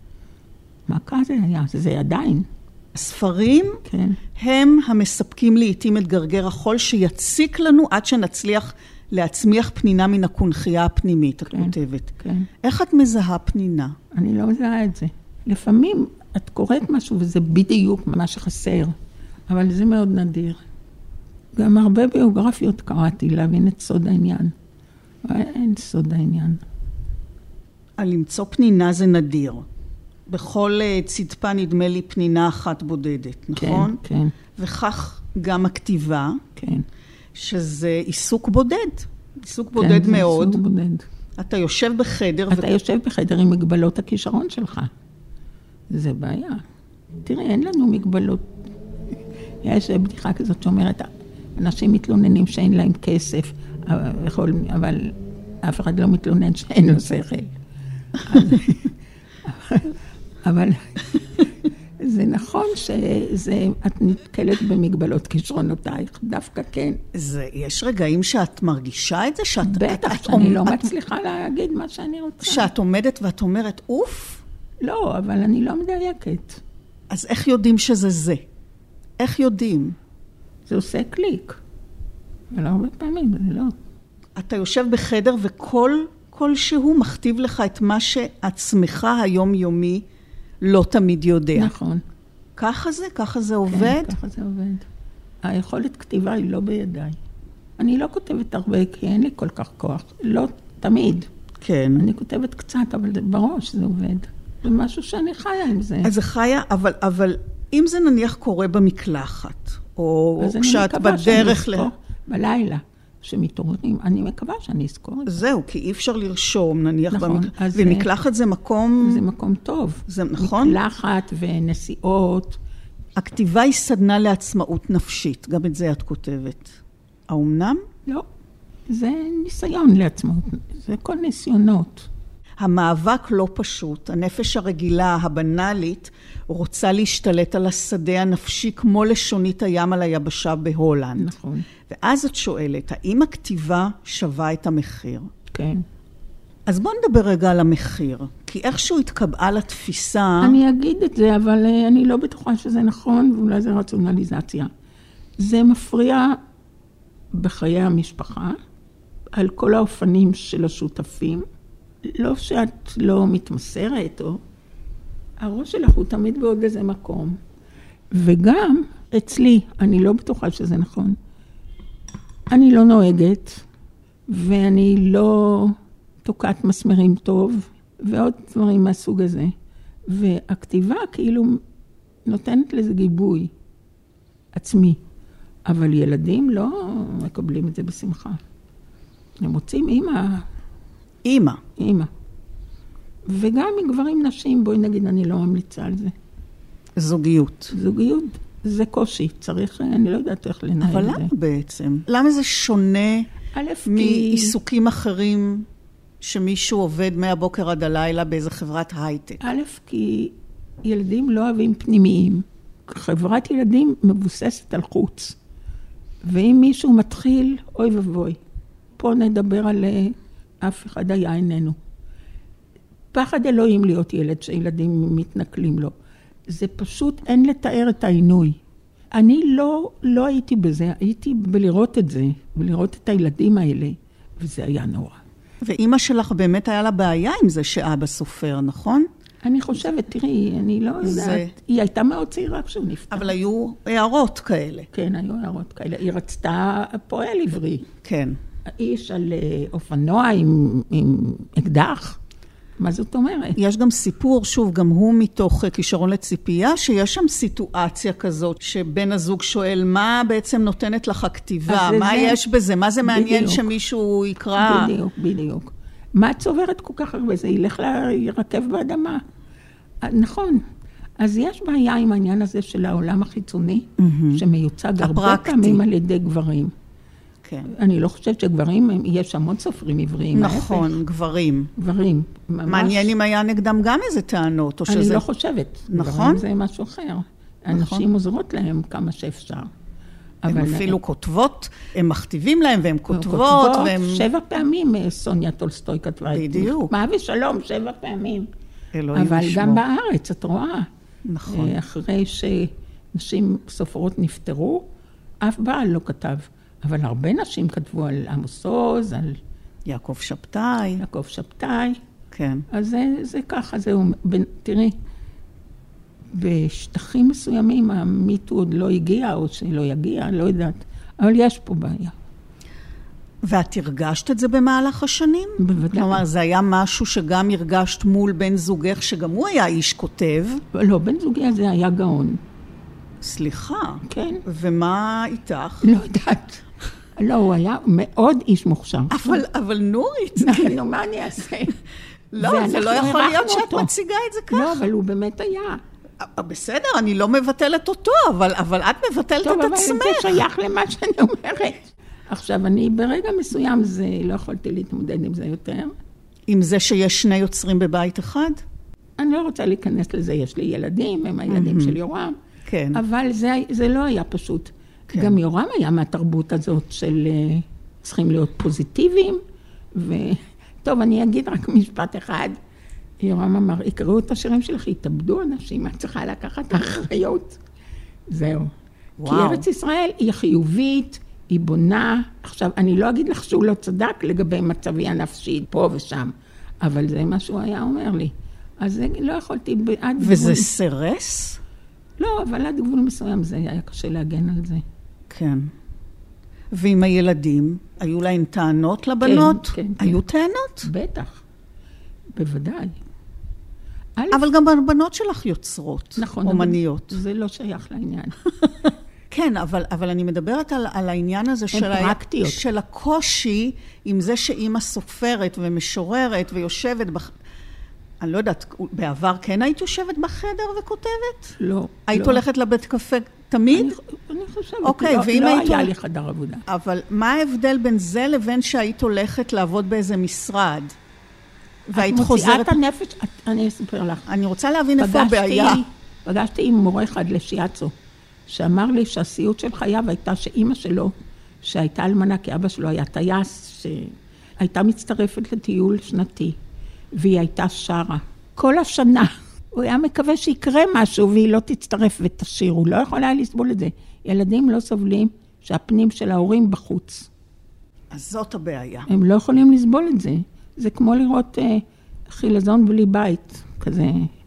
מכה זה היה, זה עדיין. הספרים כן. הם המספקים לעתים את גרגר החול שיציק לנו עד שנצליח להצמיח פנינה מן הקונחייה הפנימית, את כותבת. כן. איך את מזהה פנינה? אני לא מזהה את זה. לפעמים את קוראת משהו וזה בדיוק מה שחסר, אבל זה מאוד נדיר. גם הרבה ביוגרפיות קראתי להבין את סוד העניין. אבל אין סוד העניין. על למצוא פנינה זה נדיר. בכל צדפה נדמה לי פנינה אחת בודדת, נכון? כן, כן. וכך גם הכתיבה, כן. שזה עיסוק בודד. עיסוק בודד כן, מאוד. עיסוק בודד. אתה יושב בחדר. אתה יושב בחדר עם מגבלות הכישרון שלך. זה בעיה. תראי, אין לנו מגבלות. יש בדיחה כזאת שאומרת, אנשים מתלוננים שאין להם כסף, אבל אף אחד לא מתלונן שאין לו שכל. אבל זה נכון שאת נתקלת במגבלות כישרונותייך, דווקא כן. יש רגעים שאת מרגישה את זה? בטח, שאני לא מצליחה להגיד מה שאני רוצה. שאת עומדת ואת אומרת, אוף? לא, אבל אני לא מדייקת. אז איך יודעים שזה זה? איך יודעים? זה עושה קליק. אבל הרבה פעמים זה לא. אתה יושב בחדר וכל שהוא מכתיב לך את מה שעצמך היומיומי לא תמיד יודע. נכון. ככה זה עובד? כן, ככה זה עובד. היכולת כתיבה היא לא בידיי. אני לא כותבת הרבה כי אין לי כל כך כוח. לא תמיד. כן. אני כותבת קצת, אבל בראש זה עובד. זה משהו שאני חיה עם זה. אז זה חיה, אבל אם זה נניח קורה במקלחת, או כשאת בדרך בלילה, שמתעוררים, אני מקווה שאני אזכור את זה. זהו, כי אי אפשר לרשום, נניח נכון, ומקלחת זה מקום... זה מקום טוב. זה נכון? מקלחת ונסיעות. הכתיבה היא סדנה לעצמאות נפשית, גם את זה את כותבת. האומנם? לא, זה ניסיון לעצמאות, זה כל ניסיונות. המאבק לא פשוט, הנפש הרגילה, הבנלית, רוצה להשתלט על השדה הנפשי כמו לשונית הים על היבשה בהולנד. נכון. ואז את שואלת, האם הכתיבה שווה את המחיר? כן. אז בוא נדבר רגע על המחיר, כי איכשהו התקבעה לתפיסה... אני אגיד את זה, אבל אני לא בטוחה שזה נכון, ואולי זה רציונליזציה. זה מפריע בחיי המשפחה, על כל האופנים של השותפים, לא שאת לא מתמסרת, או... הראש שלך הוא תמיד בעוד איזה מקום. וגם אצלי, אני לא בטוחה שזה נכון. אני לא נוהגת, ואני לא תוקעת מסמרים טוב, ועוד דברים מהסוג הזה. והכתיבה כאילו נותנת לזה גיבוי עצמי. אבל ילדים לא מקבלים את זה בשמחה. הם רוצים אימא. וגם מגברים נשים, בואי נגיד, אני לא ממליצה על זה. זוגיות. זוגיות זה קושי, צריך, אני לא יודעת איך לנהל את זה. אבל למה בעצם? למה זה שונה מעיסוקים אחרים שמישהו עובד מהבוקר עד הלילה באיזה חברת הייטק? א', כי ילדים לא אוהבים פנימיים. חברת ילדים מבוססת על חוץ. ואם מישהו מתחיל, אוי ובוי. פה נדבר על אף אחד היה איננו. פחד אלוהים להיות ילד שילדים מתנכלים לו. זה פשוט אין לתאר את העינוי. אני לא הייתי בזה, הייתי בלראות את זה, ולראות את הילדים האלה, וזה היה נורא. ואמא שלך באמת היה לה בעיה עם זה שאבא סופר, נכון? אני חושבת, תראי, אני לא יודעת, היא הייתה מאוד צעירה כשהוא נפטר. אבל היו הערות כאלה. כן, היו הערות כאלה. היא רצתה פועל עברי. כן. האיש על אופנוע עם אקדח. מה זאת אומרת? יש גם סיפור, שוב, גם הוא מתוך כישרון לציפייה, שיש שם סיטואציה כזאת, שבן הזוג שואל, מה בעצם נותנת לך הכתיבה? מה יש בזה? מה זה מעניין שמישהו יקרא? בדיוק. מה את צוברת כל כך הרבה? זה ילך להירקב באדמה. נכון. אז יש בעיה עם העניין הזה של העולם החיצוני, שמיוצג הרבה פעמים על ידי גברים. כן. אני לא חושבת שגברים, יש המון סופרים עבריים. נכון, גברים. גברים. מעניין אם היה נגדם גם איזה טענות, או שזה... אני לא חושבת. נכון? גברים זה משהו אחר. אנשים עוזרות להם כמה שאפשר. הם אפילו כותבות, הם מכתיבים להם, והם כותבות, והם... 7 פעמים סוניה טולסטוי כתבה את זה. בדיוק. מה ושלום, 7 פעמים. אלוהים אבל לשמור. גם בארץ, את רואה. נכון. אחרי שנשים סופרות נפטרו, אף בעל לא כתב. אבל הרבה נשים כתבו על עמוס עוז, על... יעקב שבתאי. יעקב שבתאי. כן. אז זה ככה, זהו. תראי, בשטחים מסוימים המיטו עוד לא הגיע, או שלא יגיע, לא יודעת. אבל יש פה בעיה. ואת הרגשת את זה במהלך השנים? בוודאי. כלומר, זה היה משהו שגם הרגשת מול בן זוגך, שגם הוא היה איש כותב. לא, בן זוגי הזה היה גאון. סליחה. כן. ומה איתך? לא יודעת. לא, הוא היה מאוד איש מוכשר. אבל נורית. נו, מה אני אעשה? לא, זה לא יכול להיות שאת מציגה את זה ככה. לא, אבל הוא באמת היה. בסדר, אני לא מבטלת אותו, אבל את מבטלת את עצמך. טוב, אבל זה שייך למה שאני אומרת. עכשיו, אני ברגע מסוים לא יכולתי להתמודד עם זה יותר. עם זה שיש 2 יוצרים בבית אחד? אני לא רוצה להיכנס לזה, יש לי ילדים, הם הילדים של יורם. כן. אבל זה לא היה פשוט. כן. גם יורם היה מהתרבות הזאת של צריכים להיות פוזיטיביים. טוב, אני אגיד רק משפט אחד. יורם אמר, יקראו את השירים שלך, יתאבדו אנשים, את צריכה לקחת אחריות. זהו. וואו. כי ארץ ישראל היא חיובית, היא בונה. עכשיו, אני לא אגיד לך שהוא לא צדק לגבי מצבי הנפשי פה ושם, אבל זה מה שהוא היה אומר לי. אז לא יכולתי... וזה סרס? לא, אבל עד גבול מסוים זה היה קשה להגן על זה. כן. ועם הילדים, היו להן טענות לבנות? כן, כן. היו טענות? בטח. בוודאי. אבל גם הבנות שלך יוצרות, נכון, אומניות. זה לא שייך לעניין. כן, אבל אני מדברת על העניין הזה של הקושי עם זה שאמא סופרת ומשוררת ויושבת אני לא יודעת, בעבר כן היית יושבת בחדר וכותבת? לא. היית הולכת לבית קפה תמיד? אני חושבת, אוקיי, לא היה לי חדר עבודה. אבל מה ההבדל בין זה לבין שהיית הולכת לעבוד באיזה משרד? והיית חוזרת... את מוציאה את הנפש, אני אספר לך. אני רוצה להבין איפה הבעיה. פגשתי עם מורה אחד לשיאצו, שאמר לי שהסיוט של חייו הייתה שאימא שלו, שהייתה אלמנה כי אבא שלו היה טייס, שהייתה מצטרפת לטיול שנתי, והיא הייתה שרה. כל השנה הוא היה מקווה שיקרה משהו והיא לא תצטרף ותשיר, הוא לא יכול היה לסבול את זה. ילדים לא סובלים שהפנים של ההורים בחוץ. אז זאת הבעיה. הם לא יכולים לסבול את זה. זה כמו לראות חילזון בלי בית, כזה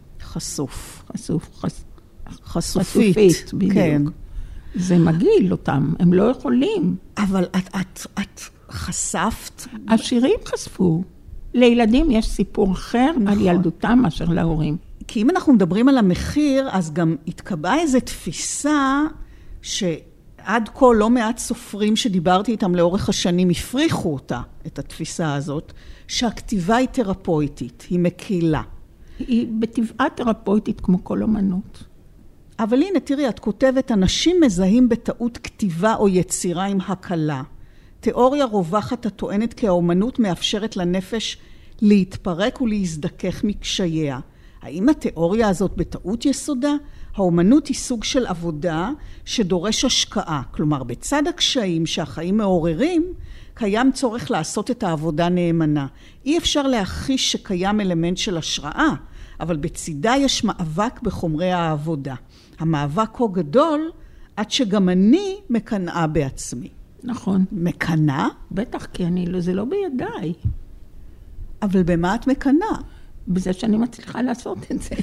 חשופית, בדיוק. כן. זה מגעיל אותם, הם לא יכולים. אבל את חשפת? השירים חשפו. לילדים יש סיפור אחר על ילדותם מאשר להורים. כי אם אנחנו מדברים על המחיר, אז גם התקבעה איזו תפיסה שעד כה לא מעט סופרים שדיברתי איתם לאורך השנים הפריחו אותה, את התפיסה הזאת, שהכתיבה היא תרפויטית, היא מקילה. היא בטבעה תרפויטית כמו כל אומנות. אבל הנה, תראי, את כותבת, אנשים מזהים בטעות כתיבה או יצירה עם הקלה. תיאוריה רווחת הטוענת כי האומנות מאפשרת לנפש להתפרק ולהזדכך מקשייה. האם התיאוריה הזאת בטעות יסודה? האומנות היא סוג של עבודה שדורש השקעה. כלומר, בצד הקשיים שהחיים מעוררים, קיים צורך לעשות את העבודה נאמנה. אי אפשר להכחיש שקיים אלמנט של השראה, אבל בצידה יש מאבק בחומרי העבודה. המאבק כה גדול, עד שגם אני מקנאה בעצמי. נכון. מקנאה? בטח, כי זה לא בידיי. אבל במה את מקנאה? בזה שאני מצליחה לעשות את זה.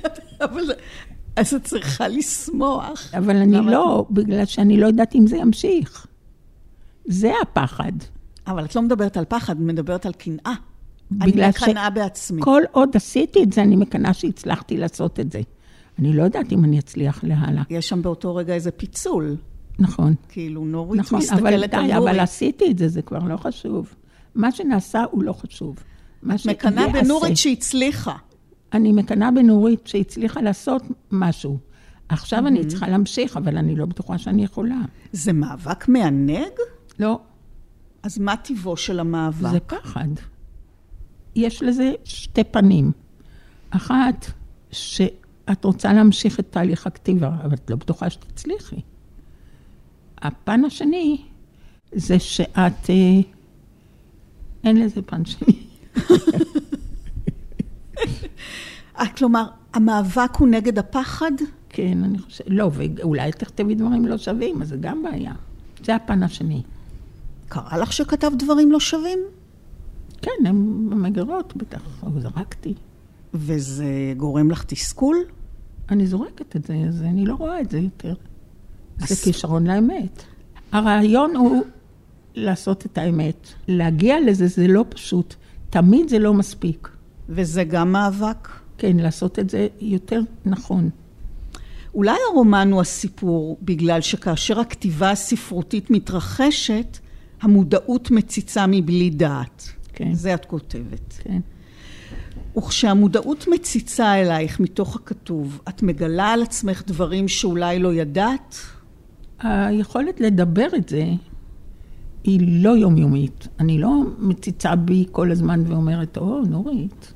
אז את צריכה לשמוח. אבל אני לא, בגלל שאני לא יודעת אם זה ימשיך. זה הפחד. אבל את לא מדברת על פחד, את מדברת על קנאה. אני מקנאה בעצמי. כל עוד עשיתי את זה, אני מקנאה שהצלחתי לעשות את זה. אני לא יודעת אם אני אצליח להלאה. יש שם באותו רגע איזה פיצול. נכון. כאילו נורית נכון, מסתכלת על נורית. אבל עשיתי את זה, זה כבר לא חשוב. מה שנעשה הוא לא חשוב. מקנאה בנורית שהצליחה. אני מקנאה בנורית שהצליחה לעשות משהו. עכשיו אני צריכה להמשיך, אבל אני לא בטוחה שאני יכולה. זה מאבק מענג? לא. אז מה טיבו של המאבק? זה פחד. יש לזה שתי פנים. אחת, שאת רוצה להמשיך את תהליך הכתיבה, אבל את לא בטוחה שתצליחי. הפן השני, זה שאת... אין לזה פן שני. כלומר, המאבק הוא נגד הפחד? כן, אני חושבת. לא, ואולי תכתבי דברים לא שווים, אז זה גם בעיה. זה הפן השני. קרה לך שכתב דברים לא שווים? כן, הם במגרות, בטח, זרקתי. וזה גורם לך תסכול? אני זורקת את זה, אז אני לא רואה את זה יותר. זה כישרון לאמת. הרעיון הוא לעשות את האמת. להגיע לזה זה לא פשוט. תמיד זה לא מספיק. וזה גם מאבק? כן, לעשות את זה יותר נכון. אולי הרומן הוא הסיפור, בגלל שכאשר הכתיבה הספרותית מתרחשת, המודעות מציצה מבלי דעת. כן. זה את כותבת. כן. וכשהמודעות מציצה אלייך מתוך הכתוב, את מגלה על עצמך דברים שאולי לא ידעת? היכולת לדבר את זה היא לא יומיומית. אני לא מציצה בי כל הזמן ואומרת, נורית.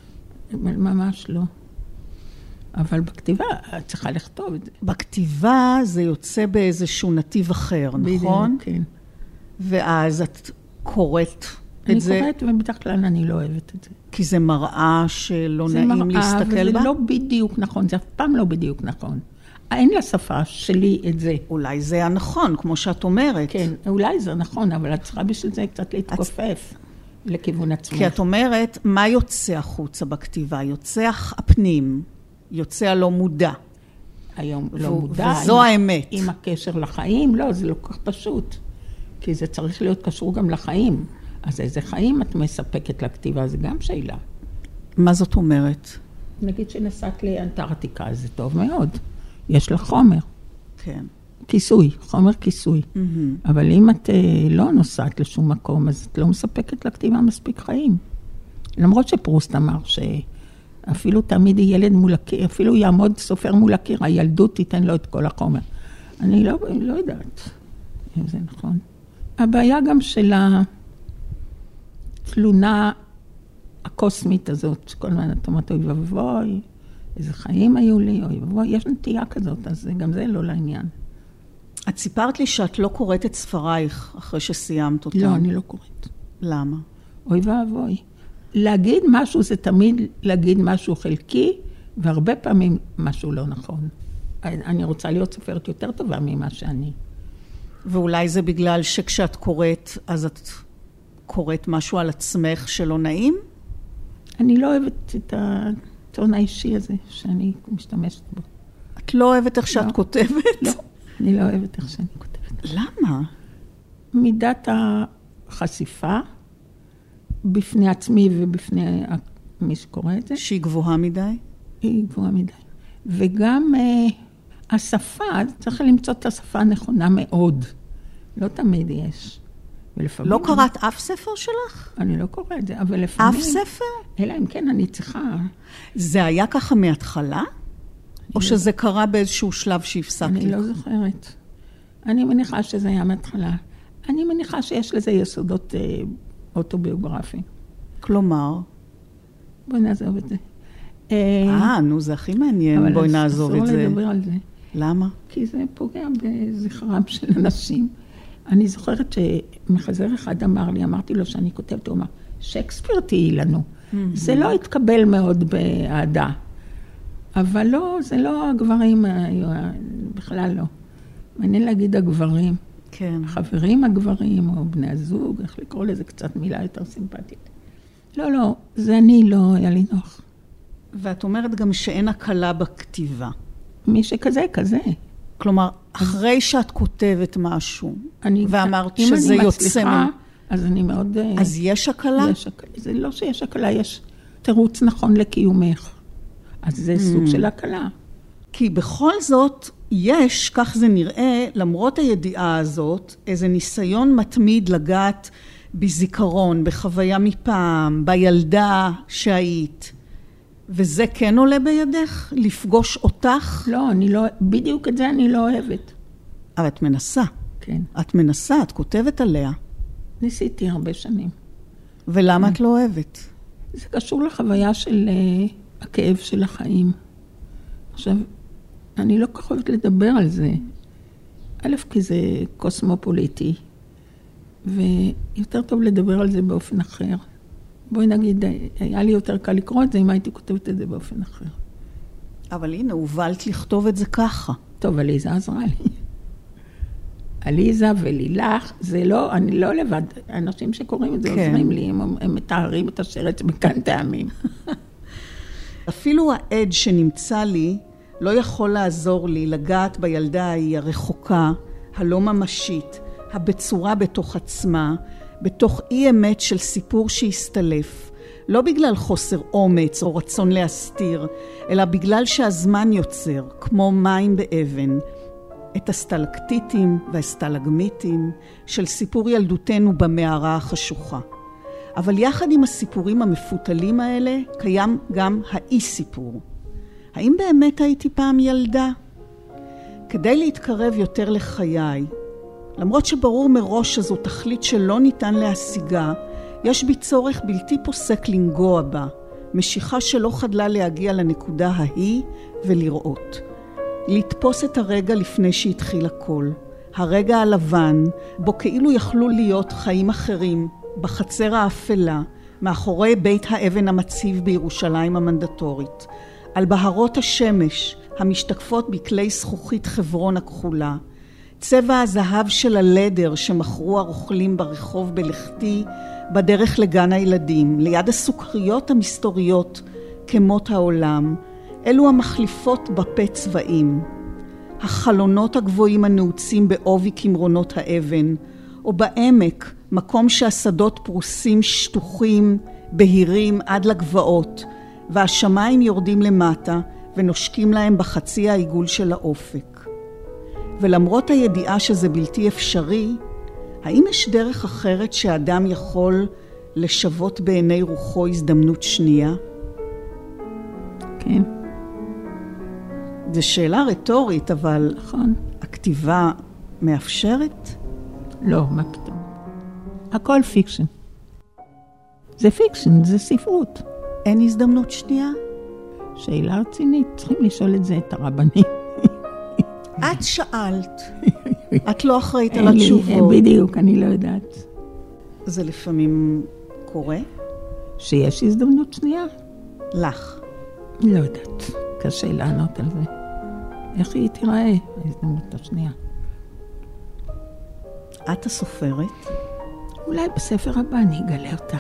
ממש לא. אבל בכתיבה את צריכה לכתוב את זה. בכתיבה זה יוצא באיזשהו נתיב אחר, נכון? כן. ואז את קוראת את זה. אני קוראת ובדרך כלל אני לא אוהבת את זה. כי זה מראה שלא נעים להסתכל בה? וזה לא בדיוק נכון, זה אף פעם לא בדיוק נכון. אין לשפה שלי את זה. אולי זה הנכון, כמו שאת אומרת. כן, אולי זה נכון, אבל את צריכה בשביל זה קצת להתכופף לכיוון עצמך. כי את אומרת, מה יוצא החוצה בכתיבה? יוצא הפנים, יוצא הלא מודע. היום לא מודע. וזו האמת. עם הקשר לחיים, לא, זה לא כל כך פשוט. כי זה צריך להיות קשור גם לחיים. אז איזה חיים את מספקת לכתיבה, זה גם שאלה. מה זאת אומרת? נגיד שנסעת לאנטארקטיקה, זה טוב מאוד. יש לך חומר. כן. כיסוי, חומר כיסוי. אבל אם את לא נוסעת לשום מקום, אז את לא מספקת לכתיבה מספיק חיים. למרות שפרוסט אמר שאפילו תמיד ילד מול הקיר, אפילו יעמוד סופר מול הקיר, הילדות תיתן לו את כל החומר. אני לא יודעת אם זה נכון. הבעיה גם של התלונה הקוסמית הזאת, כל הזמן את אומרת, אוי ובוי, איזה חיים היו לי, אוי ובוי, יש נטייה כזאת, אז גם זה לא לעניין. את סיפרת לי שאת לא קוראת את ספרייך אחרי שסיימת אותם. לא, אני לא קוראת. למה? אוי ואבוי. להגיד משהו זה תמיד להגיד משהו חלקי, והרבה פעמים משהו לא נכון. אני רוצה להיות סופרת יותר טובה ממה שאני. ואולי זה בגלל שכשאת קוראת, אז את קוראת משהו על עצמך שלא נעים? אני לא אוהבת את הטון האישי הזה שאני משתמשת בו. את לא אוהבת איך שאת כותבת? לא, אני לא אוהבת איך שאני כותבת. למה? מידת החשיפה בפני עצמי ובפני מי שקורא את זה. שהיא גבוהה מדי? היא גבוהה מדי. וגם השפה, צריך למצוא את השפה הנכונה מאוד. לא תמיד יש. לא קראת אף ספר שלך? אני לא קורא את זה, אבל לפעמים... אף ספר? אלא אם כן, אני צריכה... זה היה ככה מההתחלה? או שזה קרה באיזשהו שלב שהפסקת? אני לא זוכרת. אני מניחה שזה היה מההתחלה. אני מניחה שיש לזה יסודות אוטוביוגרפיים. כלומר? בואי נעזוב את זה. נו, זה הכי מעניין. בואי נעזוב את זה. אבל אסור לדבר על זה. למה? כי זה פוגע בזכרם של אנשים. אני זוכרת שמחזר אחד אמרתי לו שאני כותבת, הוא אמר, שייקספיר תהי לנו. זה לא התקבל מאוד באהדה. אבל לא, זה לא הגברים, בכלל לא. מעניין להגיד הגברים. כן. חברים הגברים, או בני הזוג, איך לקרוא לזה קצת מילה יותר סימפטית. לא, זה אני לא, היה לי נוח. ואת אומרת גם שאין הקלה בכתיבה. מי שכזה, כזה. כלומר, אחרי שאת כותבת משהו, ואמרת שזה אם יוצא... אני מצליחה, אז אני מאוד... אז יש הקלה? זה לא שיש הקלה, יש תירוץ נכון לקיומך. אז זה סוג של הקלה. כי בכל זאת, יש, כך זה נראה, למרות הידיעה הזאת, איזה ניסיון מתמיד לגעת בזיכרון, בחוויה מפעם, בילדה שהיית. וזה כן עולה בידך? לפגוש אותך? לא, אני לא, בדיוק את זה אני לא אוהבת. אבל את מנסה. כן. את מנסה, את כותבת עליה. ניסיתי הרבה שנים. ולמה את לא אוהבת? זה קשור לחוויה של הכאב של החיים. עכשיו, אני לא כך אוהבת לדבר על זה. א', כי זה קוסמופוליטי, ויותר טוב לדבר על זה באופן אחר. בואי נגיד, היה לי יותר קל לקרוא את זה אם הייתי כותבת את זה באופן אחר. אבל הנה, הובלת לכתוב את זה ככה. טוב, עליזה עזרה לי. עליזה ולילך, זה לא, אני לא לבד. האנשים שקוראים את זה עוזרים לי, הם מתארים את השרץ בכאן טעמים. אפילו העד שנמצא לי, לא יכול לעזור לי לגעת בילדה ההיא הרחוקה, הלא ממשית, הבצורה בתוך עצמה, בתוך אי אמת של סיפור שהסתלף, לא בגלל חוסר אומץ או רצון להסתיר, אלא בגלל שהזמן יוצר, כמו מים באבן, את הסטלקטיטים והסטלגמיטים של סיפור ילדותנו במערה החשוכה. אבל יחד עם הסיפורים המפותלים האלה, קיים גם האי-סיפור. האם באמת הייתי פעם ילדה? כדי להתקרב יותר לחיי, למרות שברור מראש שזו תכלית שלא ניתן להשיגה, יש בי צורך בלתי פוסק לנגוע בה, משיכה שלא חדלה להגיע לנקודה ההיא ולראות. לתפוס את הרגע לפני שהתחיל הכל, הרגע הלבן, בו כאילו יכלו להיות חיים אחרים, בחצר האפלה, מאחורי בית האבן המציב בירושלים המנדטורית, על בהרות השמש המשתקפות בכלי זכוכית חברון הכחולה, צבע הזהב של הלדר שמכרו הרוכלים ברחוב בלכתי בדרך לגן הילדים, ליד הסוכריות המסתוריות כמות העולם, אלו המחליפות בפה צבעים, החלונות הגבוהים הנעוצים בעובי כמרונות האבן, או בעמק, מקום שהשדות פרוסים שטוחים, בהירים עד לגבעות, והשמיים יורדים למטה ונושקים להם בחצי העיגול של האופק. ולמרות הידיעה שזה בלתי אפשרי, האם יש דרך אחרת שאדם יכול לשוות בעיני רוחו הזדמנות שנייה? כן. זו שאלה רטורית, אבל נכון. הכתיבה מאפשרת? לא, מה פתאום? הכל פיקשן. זה פיקשן, זה ספרות. אין הזדמנות שנייה? שאלה רצינית, צריכים לשאול את זה את הרבנים. את שאלת. את לא אחראית על התשובות. בדיוק, אני לא יודעת. זה לפעמים קורה? שיש הזדמנות שנייה? לך. לא יודעת. קשה לענות על זה. איך היא תיראה, ההזדמנות השנייה? את הסופרת? אולי בספר הבא אני אגלה אותה.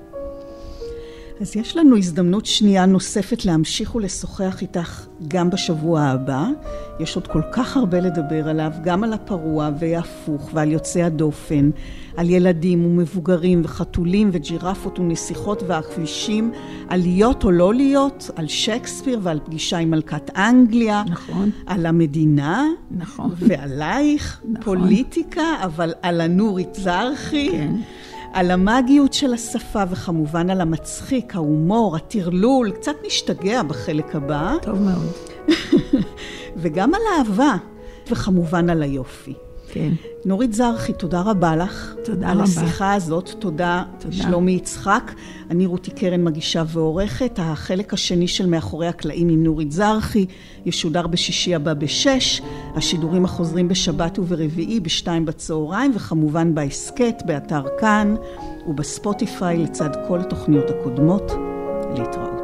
אז יש לנו הזדמנות שנייה נוספת להמשיך ולשוחח איתך גם בשבוע הבא. יש עוד כל כך הרבה לדבר עליו, גם על הפרוע וההפוך ועל יוצאי הדופן, על ילדים ומבוגרים וחתולים וג'ירפות ונסיכות והכבישים, על להיות או לא להיות, על שייקספיר ועל פגישה עם מלכת אנגליה, נכון. על המדינה, נכון. ועלייך, נכון. פוליטיקה, אבל על הנורית זרחי. כן. על המאגיות של השפה, וכמובן על המצחיק, ההומור, הטרלול, קצת נשתגע בחלק הבא. טוב מאוד. וגם על האהבה, וכמובן על היופי. כן. נורית זרחי, תודה רבה לך. תודה על רבה. השיחה הזאת, תודה. שלומי יצחק. אני רותי קרן, מגישה ועורכת. החלק השני של מאחורי הקלעים עם נורית זרחי ישודר בשישי הבא ב-6. השידורים החוזרים בשבת וברביעי ב-2 בצהריים, וכמובן בהסקט, באתר כאן ובספוטיפיי לצד כל התוכניות הקודמות. להתראות.